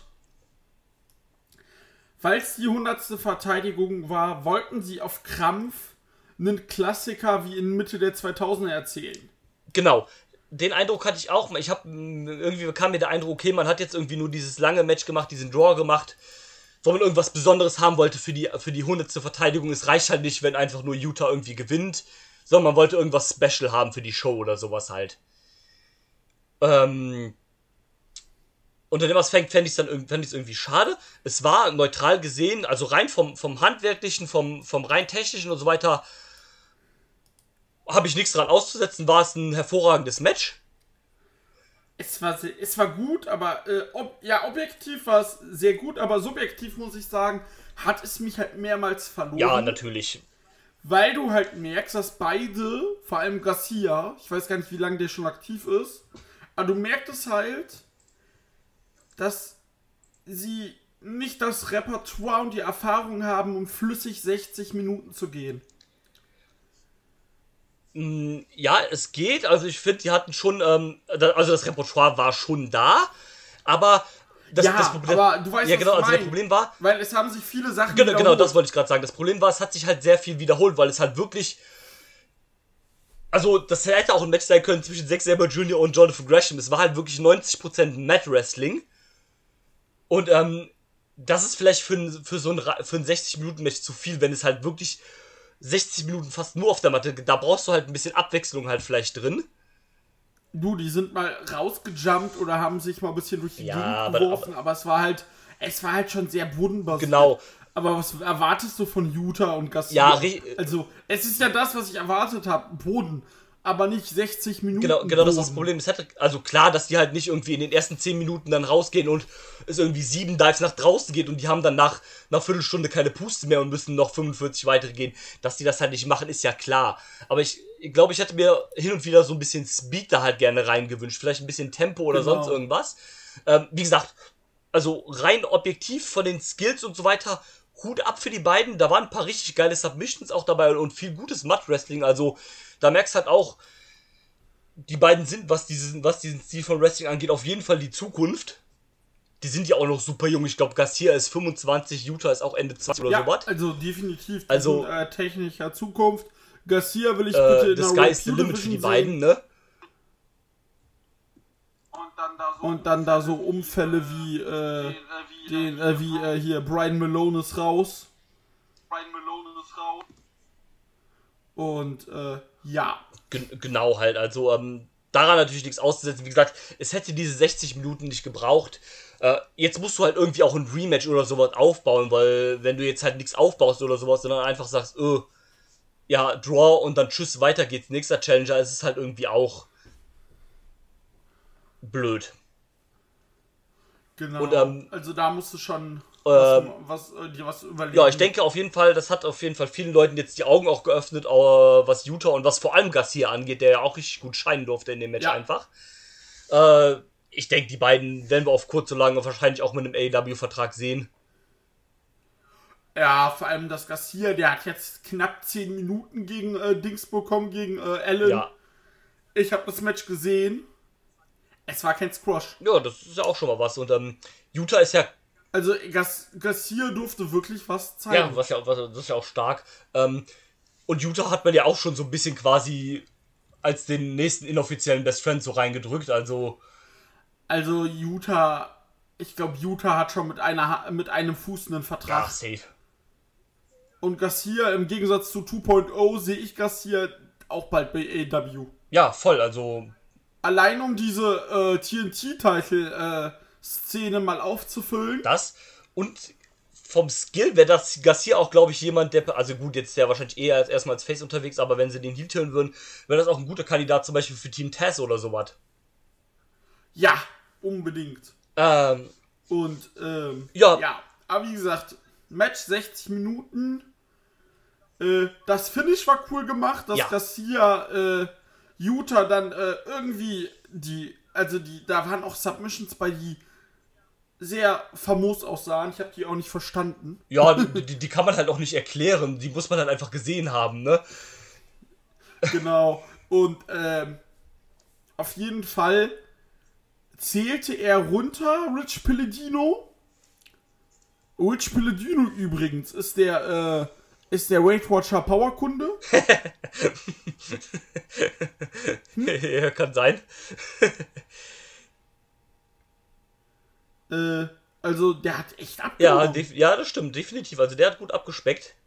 weil es die 100. Verteidigung war, wollten sie auf Krampf einen Klassiker wie in Mitte der 2000er erzählen. Genau. Den Eindruck hatte ich auch. Irgendwie kam mir der Eindruck, okay, man hat jetzt irgendwie nur dieses lange Match gemacht, diesen Draw gemacht, wo man irgendwas Besonderes haben wollte für die 100. Verteidigung. Es reicht halt nicht, wenn einfach nur Yuta irgendwie gewinnt, sondern man wollte irgendwas Special haben für die Show oder sowas halt. Unter dem Aspekt fände ich es irgendwie schade. Es war neutral gesehen, also rein vom Handwerklichen, vom rein Technischen und so weiter, habe ich nichts dran auszusetzen, war es ein hervorragendes Match. Es war gut, aber objektiv war es sehr gut, aber subjektiv muss ich sagen, hat es mich halt mehrmals verloren. Ja, natürlich. weil du halt merkst, dass beide, vor allem Garcia, ich weiß gar nicht, wie lange der schon aktiv ist, aber du merkst es halt, dass sie nicht das Repertoire und die Erfahrung haben, um flüssig 60 Minuten zu gehen. Ja, es geht. Also ich finde, die hatten schon, also das Repertoire war schon da, aber das Problem, aber du weißt, ja, genau, was ich also mein, der Problem war, weil es haben sich viele Sachen genau, das wollte ich gerade sagen. Das Problem war, es hat sich halt sehr viel wiederholt, weil es halt wirklich, also das hätte auch ein Match sein können zwischen Zack Sabre Jr. und Jonathan Gresham. Es war halt wirklich 90% Mat Wrestling und das ist vielleicht für ein 60-Minuten-Match zu viel, wenn es halt wirklich 60 Minuten fast nur auf der Matte, da brauchst du halt ein bisschen Abwechslung halt vielleicht drin. Du, die sind mal rausgejumpt oder haben sich mal ein bisschen durch die Gegend geworfen, aber es war halt schon sehr bodenbasiert. Genau. Aber was erwartest du von Utah und Garcia? Ja, also, es ist ja das, was ich erwartet habe, Boden, aber nicht 60 Minuten Genau, Boden. das ist das Problem. Es hätte, also klar, dass die halt nicht irgendwie in den ersten 10 Minuten dann rausgehen und es irgendwie 7 Dives nach draußen geht und die haben dann nach einer Viertelstunde keine Puste mehr und müssen noch 45 weitere gehen. Dass die das halt nicht machen, ist ja klar. Aber ich glaube, ich hätte mir hin und wieder so ein bisschen Speed da halt gerne reingewünscht. Vielleicht ein bisschen Tempo oder sonst irgendwas. Wie gesagt, also rein objektiv von den Skills und so weiter, Hut ab für die beiden. Da waren ein paar richtig geile Submissions auch dabei und viel gutes Mud-Wrestling. Also da merkst du halt auch, die beiden sind, was diesen Stil von Wrestling angeht, auf jeden Fall die Zukunft. Die sind ja auch noch super jung. Ich glaube, Garcia ist 25, Utah ist auch Ende 20 oder sowas. Also definitiv. Also sind, technischer Zukunft. Garcia will ich bitte in the sky is the limit für die beiden, ne? Und dann da so Umfälle wie hier Brian Malone ist raus. Und ja. Genau halt, also daran natürlich nichts auszusetzen. Wie gesagt, es hätte diese 60 Minuten nicht gebraucht. Jetzt musst du halt irgendwie auch ein Rematch oder sowas aufbauen, weil wenn du jetzt halt nichts aufbaust oder sowas, sondern einfach sagst, ja, Draw und dann tschüss, weiter geht's, nächster Challenger, ist es halt irgendwie auch blöd. Genau, und, also da musst du schon was überlegen. Ja, ich denke auf jeden Fall, das hat auf jeden Fall vielen Leuten jetzt die Augen auch geöffnet, was Utah und was vor allem Garcia angeht, der ja auch richtig gut scheinen durfte in dem Match einfach. Ich denke, die beiden werden wir auf kurz so lange wahrscheinlich auch mit einem AEW-Vertrag sehen. Ja, vor allem das Garcia, der hat jetzt knapp 10 Minuten gegen Dings bekommen, gegen Allen. Ja. Ich habe das Match gesehen. Es war kein Squash. Ja, das ist ja auch schon mal was. Und Utah ist ja... Also Garcia durfte wirklich was zeigen. Ja, das ist ja auch stark. Und Utah hat man ja auch schon so ein bisschen quasi als den nächsten inoffiziellen Best Friend so reingedrückt. Also Utah... Ich glaube, Utah hat schon mit einem Fuß einen Vertrag. Ach, safe. Und Garcia, im Gegensatz zu 2.0, sehe ich Garcia auch bald bei AEW. Ja, voll, also... Allein um diese TNT-Title-Szene mal aufzufüllen. Das und vom Skill wäre das Garcia auch, glaube ich, jemand, der... Also gut, jetzt ist der wahrscheinlich eher erstmal als Face unterwegs, aber wenn sie den Heel turnen würden, wäre das auch ein guter Kandidat zum Beispiel für Team Taz oder sowas. Ja, unbedingt. Ja, aber wie gesagt, Match 60 Minuten. Das Finish war cool gemacht, dass Garcia Utah dann irgendwie da waren auch Submissions bei, die sehr famos aussahen. Ich habe die auch nicht verstanden. Ja, die kann man halt auch nicht erklären. Die muss man halt einfach gesehen haben, ne? Genau. Und auf jeden Fall zählte er runter, Rich Pellegrino. Rich Pellegrino übrigens ist der Weight Watcher Powerkunde. Ja, kann sein. Also, der hat echt abgenommen. Ja, das stimmt, definitiv. Also, der hat gut abgespeckt.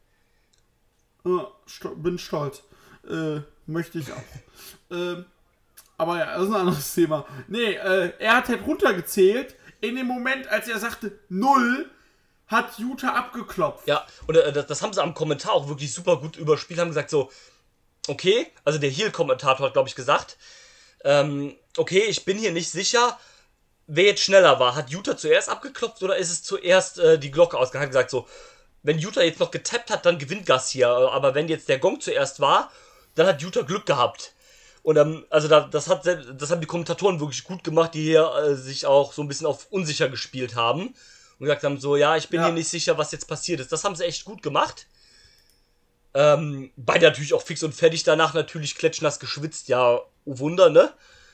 Bin stolz. Möchte ich auch. Aber ja, das ist ein anderes Thema. Nee, er hat halt runtergezählt. In dem Moment, als er sagte 0, hat Utah abgeklopft. Ja, und das haben sie am Kommentar auch wirklich super gut überspielt. Haben gesagt so, okay, also der Heel-Kommentator hat, glaube ich, gesagt, okay, ich bin hier nicht sicher, wer jetzt schneller war. Hat Utah zuerst abgeklopft oder ist es zuerst die Glocke ausgegangen? Hat gesagt so, wenn Yuta jetzt noch getappt hat, dann gewinnt Garcia. Aber wenn jetzt der Gong zuerst war, dann hat Yuta Glück gehabt. Und das haben die Kommentatoren wirklich gut gemacht, die hier sich auch so ein bisschen auf unsicher gespielt haben. Und gesagt haben so, ja, ich bin hier nicht sicher, was jetzt passiert ist. Das haben sie echt gut gemacht. Beide natürlich auch fix und fertig danach, natürlich klatschnass geschwitzt. Ja, oh Wunder, ne?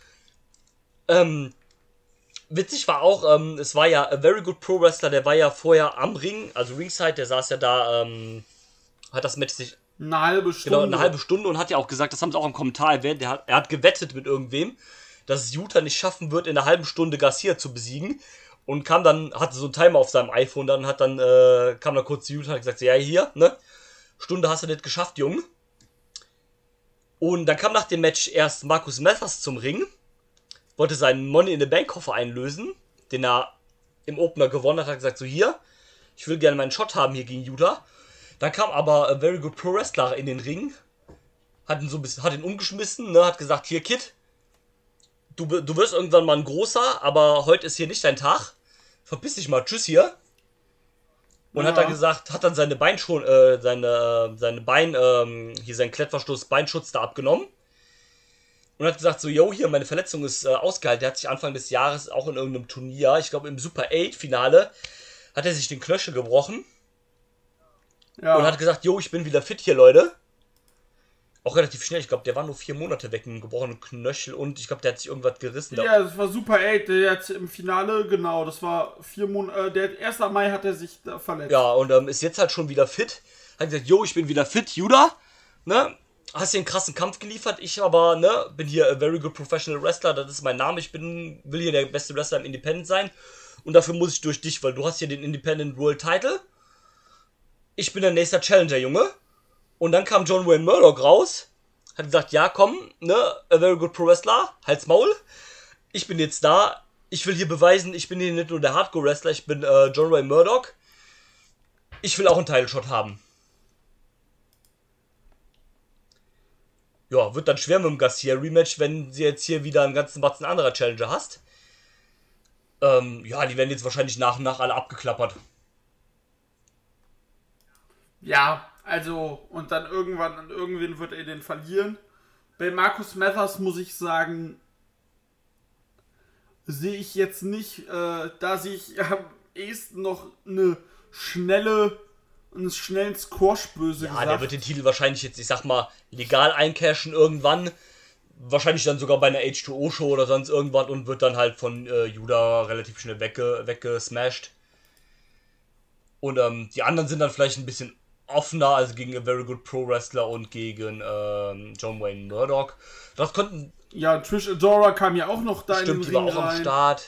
Witzig war auch, es war ja A Very Good Pro Wrestler, der war ja vorher am Ring, also Ringside, der saß ja da, hat das Match sich... Eine halbe Stunde. Genau, eine halbe Stunde und hat ja auch gesagt, das haben sie auch im Kommentar erwähnt, er hat gewettet mit irgendwem, dass es Yuta nicht schaffen wird, in einer halben Stunde Garcia zu besiegen und hatte so einen Timer auf seinem iPhone, dann kam dann kurz zu Yuta und hat gesagt, ja hier, ne, Stunde hast du nicht geschafft, Junge. Und dann kam nach dem Match erst Marcus Mathers zum Ring, wollte seinen Money in the Bank Koffer einlösen, den er im Opener gewonnen hat gesagt, so hier, ich will gerne meinen Shot haben hier gegen Yuta. Dann kam aber A Very Good Pro Wrestler in den Ring, hat ihn umgeschmissen, ne, hat gesagt, hier Kid, du wirst irgendwann mal ein Großer, aber heute ist hier nicht dein Tag, verpiss dich mal, tschüss hier. Und hat dann gesagt, hat dann seinen Klettverschluss Beinschutz da abgenommen. Und hat gesagt so, yo, hier, meine Verletzung ist ausgeheilt. Der hat sich Anfang des Jahres auch in irgendeinem Turnier, ich glaube im Super 8 Finale, hat er sich den Knöchel gebrochen. Ja. Und hat gesagt, yo, ich bin wieder fit hier, Leute. Auch relativ schnell, ich glaube, der war nur 4 Monate weg mit einem gebrochenen Knöchel und ich glaube, der hat sich irgendwas gerissen. Ja, das war Super 8, der hat im Finale, genau, das war 4 Monate, der 1. Mai hat er sich da verletzt. Ja, und ist jetzt halt schon wieder fit. Hat gesagt, yo, ich bin wieder fit, Yuta, ne? Hast hier einen krassen Kampf geliefert, ich aber, ne, bin hier a very good professional wrestler, das ist mein Name, will hier der beste Wrestler im Independent sein und dafür muss ich durch dich, weil du hast hier den Independent World Title. Ich bin der nächste Challenger, Junge. Und dann kam John Wayne Murdoch raus, hat gesagt, ja komm, ne, a very good pro wrestler, halt's Maul. Ich bin jetzt da, ich will hier beweisen, ich bin hier nicht nur der Hardcore Wrestler, ich bin John Wayne Murdoch. Ich will auch einen Title Shot haben. Ja, wird dann schwer mit dem Garcia-Rematch, wenn sie jetzt hier wieder einen ganzen Batzen anderer Challenger hast. Ja, die werden jetzt wahrscheinlich nach und nach alle abgeklappert. Ja, also, und dann irgendwen wird er den verlieren. Bei Marcus Mathers muss ich sagen, sehe ich jetzt nicht, da sehe ich am ehesten noch einen schnellen Squash, böse gesagt. Ja, der wird den Titel wahrscheinlich jetzt, ich sag mal, legal eincashen irgendwann. Wahrscheinlich dann sogar bei einer H2O-Show oder sonst irgendwas und wird dann halt von Yuta relativ schnell weggesmashed. Und die anderen sind dann vielleicht ein bisschen offener, also gegen A Very Good Pro Wrestler und gegen John Wayne Murdoch. Das konnten... Ja, Trish Adora kam ja auch noch da in den Ring rein. Stimmt, die war auch am Start.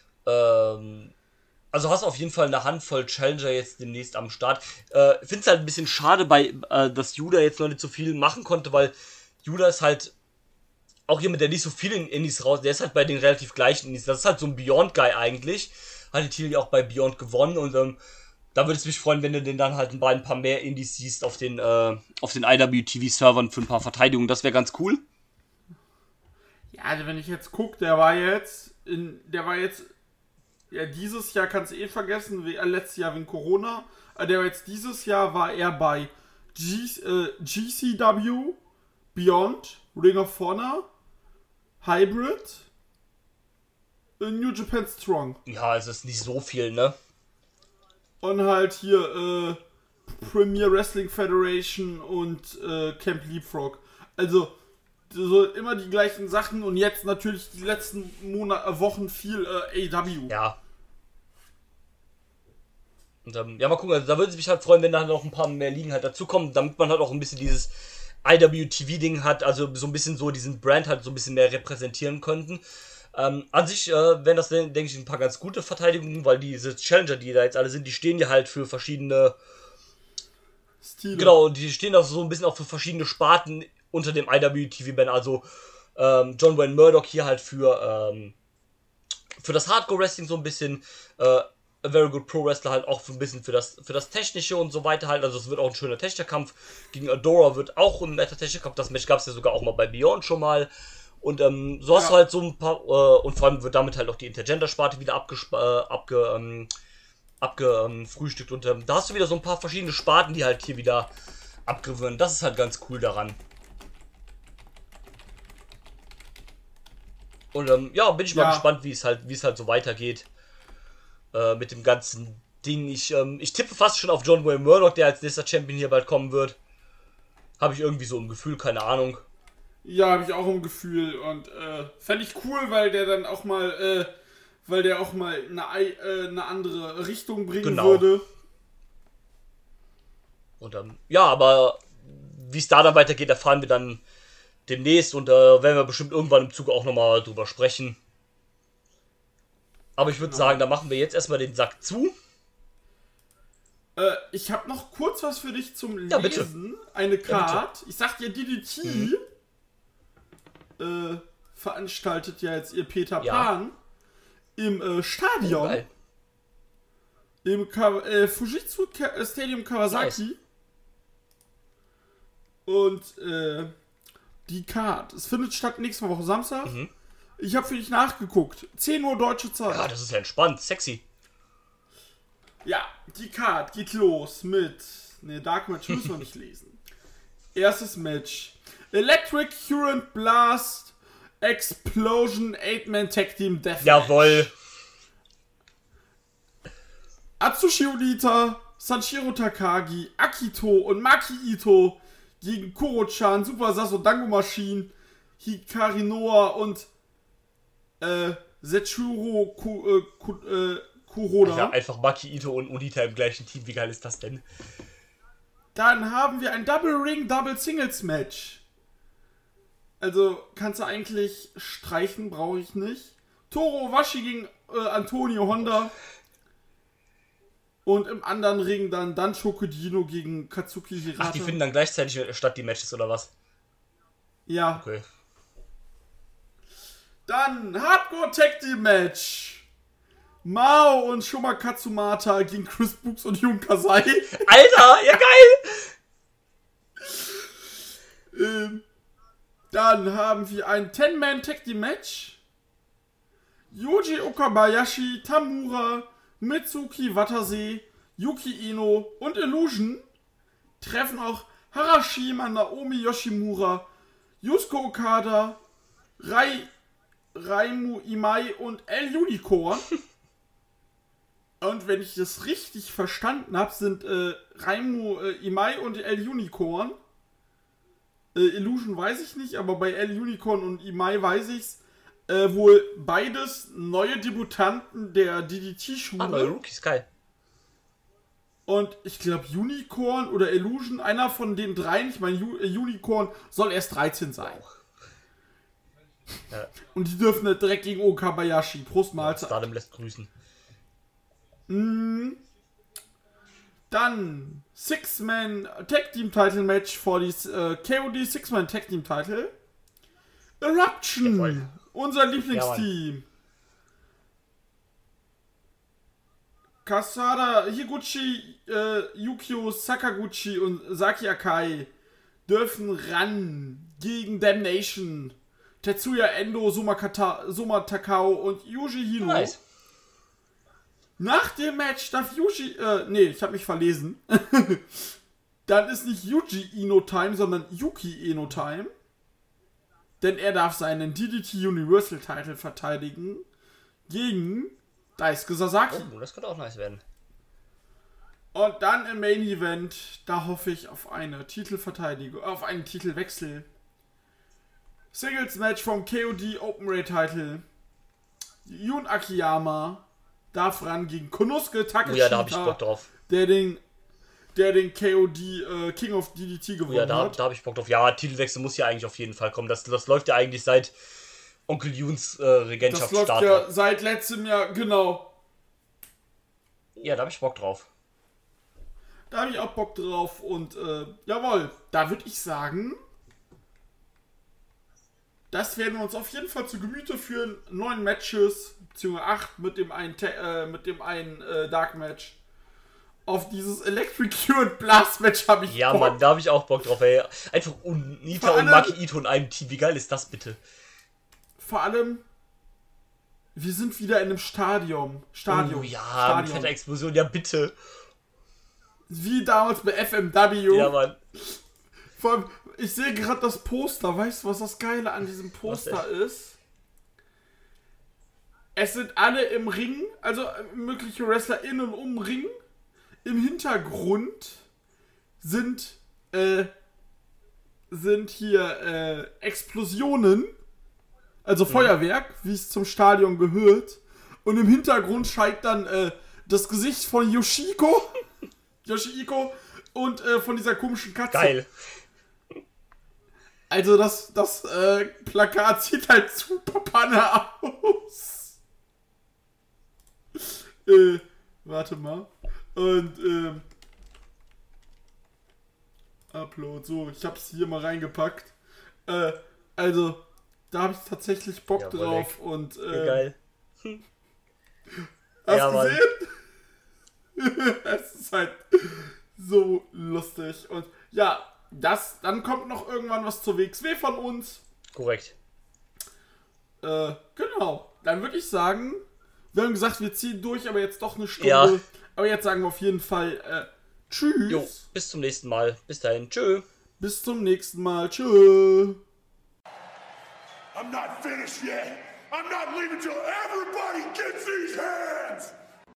Also hast auf jeden Fall eine Handvoll Challenger jetzt demnächst am Start. Ich finde es halt ein bisschen schade, dass Yuta jetzt noch nicht so viel machen konnte, weil Yuta ist halt auch jemand, der nicht so viel in Indies raus, der ist halt bei den relativ gleichen Indies. Das ist halt so ein Beyond-Guy eigentlich. Hat die Titel ja auch bei Beyond gewonnen und da würde es mich freuen, wenn du den dann halt bei ein paar mehr Indies siehst auf den IWTV-Servern für ein paar Verteidigungen. Das wäre ganz cool. Ja, also wenn ich jetzt gucke, der war jetzt, ja, dieses Jahr kannst du vergessen, letztes Jahr wegen Corona, dieses Jahr war er bei GCW, Beyond, Ring of Honor, Hybrid, New Japan Strong. Ja, es ist nicht so viel, ne? Und halt hier Premier Wrestling Federation und Camp Leapfrog. Also so immer die gleichen Sachen und jetzt natürlich die letzten Wochen viel AEW. Ja. Und ja, mal gucken, also da würde es mich halt freuen, wenn da noch ein paar mehr Ligen halt dazukommen, damit man halt auch ein bisschen dieses IWTV-Ding hat, also so ein bisschen so diesen Brand halt so ein bisschen mehr repräsentieren könnten. An sich wären das, denke ich, ein paar ganz gute Verteidigungen, weil diese Challenger, die da jetzt alle sind, die stehen ja halt für verschiedene Stile. Genau, die stehen auch so ein bisschen auch für verschiedene Sparten unter dem IWTV-Banner, also John Wayne Murdoch hier halt für das Hardcore-Wrestling so ein bisschen, A Very Good Pro Wrestler halt auch so ein bisschen für das Technische und so weiter halt, also es wird auch ein schöner Technikerkampf, gegen Adora wird auch ein netter Technikerkampf, das Match gab es ja sogar auch mal bei Beyond schon mal und so hast du halt so ein paar, und vor allem wird damit halt auch die Intergender-Sparte wieder abgefrühstückt. Und da hast du wieder so ein paar verschiedene Sparten, die halt hier wieder abgewöhnen. Das ist halt ganz cool daran. Und ja, bin ich mal gespannt, wie es halt so weitergeht. Mit dem ganzen Ding. Ich tippe fast schon auf John Wayne Murdoch, der als nächster Champion hier bald kommen wird. Habe ich irgendwie so im Gefühl, keine Ahnung. Ja, habe ich auch im Gefühl. Und fände ich cool, weil der dann auch mal, eine andere Richtung bringen würde. Und ja, aber wie es da dann weitergeht, erfahren wir dann demnächst. Und werden wir bestimmt irgendwann im Zuge auch nochmal drüber sprechen. Aber ich würde sagen, da machen wir jetzt erstmal den Sack zu. Ich habe noch kurz was für dich zum Lesen. Ja, bitte. Eine Card. Ich sag dir, DDT veranstaltet ja jetzt ihr Peter Pan im Stadion. Geil. Im Fujitsu Stadium Kawasaki. Nice. Und die Card. Es findet statt nächste Woche Samstag. Ich habe für dich nachgeguckt. 10 Uhr deutsche Zeit. Ja, das ist ja entspannt. Sexy. Ja, die Card geht los mit... Ne, Dark Match müssen wir nicht lesen. Erstes Match. Electric Current Blast Explosion 8-Man Tag Team Deathmatch. Jawohl. Atsushi Onita, Sanshiro Takagi, Akito und Maki Ito gegen Koro-chan, Super Sasso Dango Machine, Hikari Noa und Setsuro Kuroda. Ja, einfach Maki Ito und Onita im gleichen Team. Wie geil ist das denn? Dann haben wir ein Double Ring, Double Singles Match. Also kannst du eigentlich streichen, brauche ich nicht. Toru Owashi gegen Antonio Honda. Und im anderen Ring dann Dancho Kojino gegen Katsuki Hirata. Ach, die finden dann gleichzeitig statt, die Matches, oder was? Ja. Okay. Dann Hardcore Tag Team Match. Mao und Shoma Katsumata gegen Chris Brooks und Jun Kasai. Alter, ja geil! Dann haben wir ein 10-Man Tag Team Match. Yuji Okabayashi, Tamura, Mitsuki Watase, Yuki Ino und Illusion treffen auch Harashima, Naomi Yoshimura, Yusuke Okada, Raimu Imai und El Unicorn. Und wenn ich das richtig verstanden habe, sind Raimu Imai und El Unicorn. Illusion weiß ich nicht, aber bei El Unicorn und Imai weiß ich's. Wohl beides neue Debutanten der DDT-Schule. neue Rookies, geil. Und ich glaube Unicorn oder Illusion, einer von den dreien, ich meine Unicorn, soll erst 13 sein. Ja. Und die dürfen nicht direkt gegen Okabayashi. Prost Mahlzeit. Stardom lässt grüßen. Dann Six-Man Tag Team Title Match for die KOD Six-Man Tag Team Title. Eruption, Jawohl. unser Lieblingsteam. Kasada Higuchi, Yukio Sakaguchi und Saki Akai dürfen ran gegen Damnation, Tetsuya Endo, Soma Takao und Yuji Hino. Nice. Nach dem Match darf Yuji, ich habe mich verlesen. Dann ist nicht Yuji Ino Time, sondern Yuki Ino Time. Denn er darf seinen DDT Universal Title verteidigen gegen Daisuke Sasaki. Oh, das könnte auch nice werden. Und dann im Main Event, da hoffe ich auf eine Titelverteidigung, auf einen Titelwechsel. Singles Match vom KOD Open Raid Title. Jun Akiyama darf ran gegen Konosuke Takeshita. Oh ja, da hab ich Bock drauf. Der den KOD King of DDT gewonnen hat. Da hab ich Bock drauf. Ja, Titelwechsel muss ja eigentlich auf jeden Fall kommen. Das läuft ja eigentlich seit Onkel Juns Regentschaft Das läuft starten. ja seit letztem Jahr, genau. Ja, da hab ich Bock drauf. Da habe ich auch Bock drauf und jawohl, da würde ich sagen, das werden wir uns auf jeden Fall zu Gemüte führen. 9 Matches, beziehungsweise 8 mit dem einen Dark Match. Auf dieses Electric Current Blast Match habe ich Ja, Bock. Mann, da hab ich auch Bock drauf, ey. Einfach Onita Vor und allem- Maki Ito in einem Team. Wie geil ist das bitte? Vor allem, Wir sind wieder in einem Stadion. Oh ja, mit fetter Explosion, ja bitte. Wie damals bei FMW. Ja, Mann. Vor allem, ich sehe gerade das Poster. Weißt du, was das Geile an diesem Poster ist? Es sind alle im Ring, also mögliche Wrestler in und um Ring. Im Hintergrund sind hier Explosionen, also Feuerwerk, wie es zum Stadion gehört. Und im Hintergrund scheint dann das Gesicht von Yoshihiko und von dieser komischen Katze. Geil. Also das Plakat sieht halt super Panne aus. Warte mal. Und Upload. So, ich hab's hier mal reingepackt. Also, da habe ich tatsächlich Bock drauf. Leck. Und geil. Hast du gesehen? Es ist halt so lustig. Und ja, dann kommt noch irgendwann was zur WXW von uns. Korrekt. Genau. Dann würde ich sagen, wir haben gesagt, wir ziehen durch, aber jetzt doch eine Stunde. Ja. Aber jetzt sagen wir auf jeden Fall tschüss. Jo, bis zum nächsten Mal. Bis dahin. Tschö. Bis zum nächsten Mal. Tschö. I'm not finished yet. I'm not leaving till everybody gets these hands.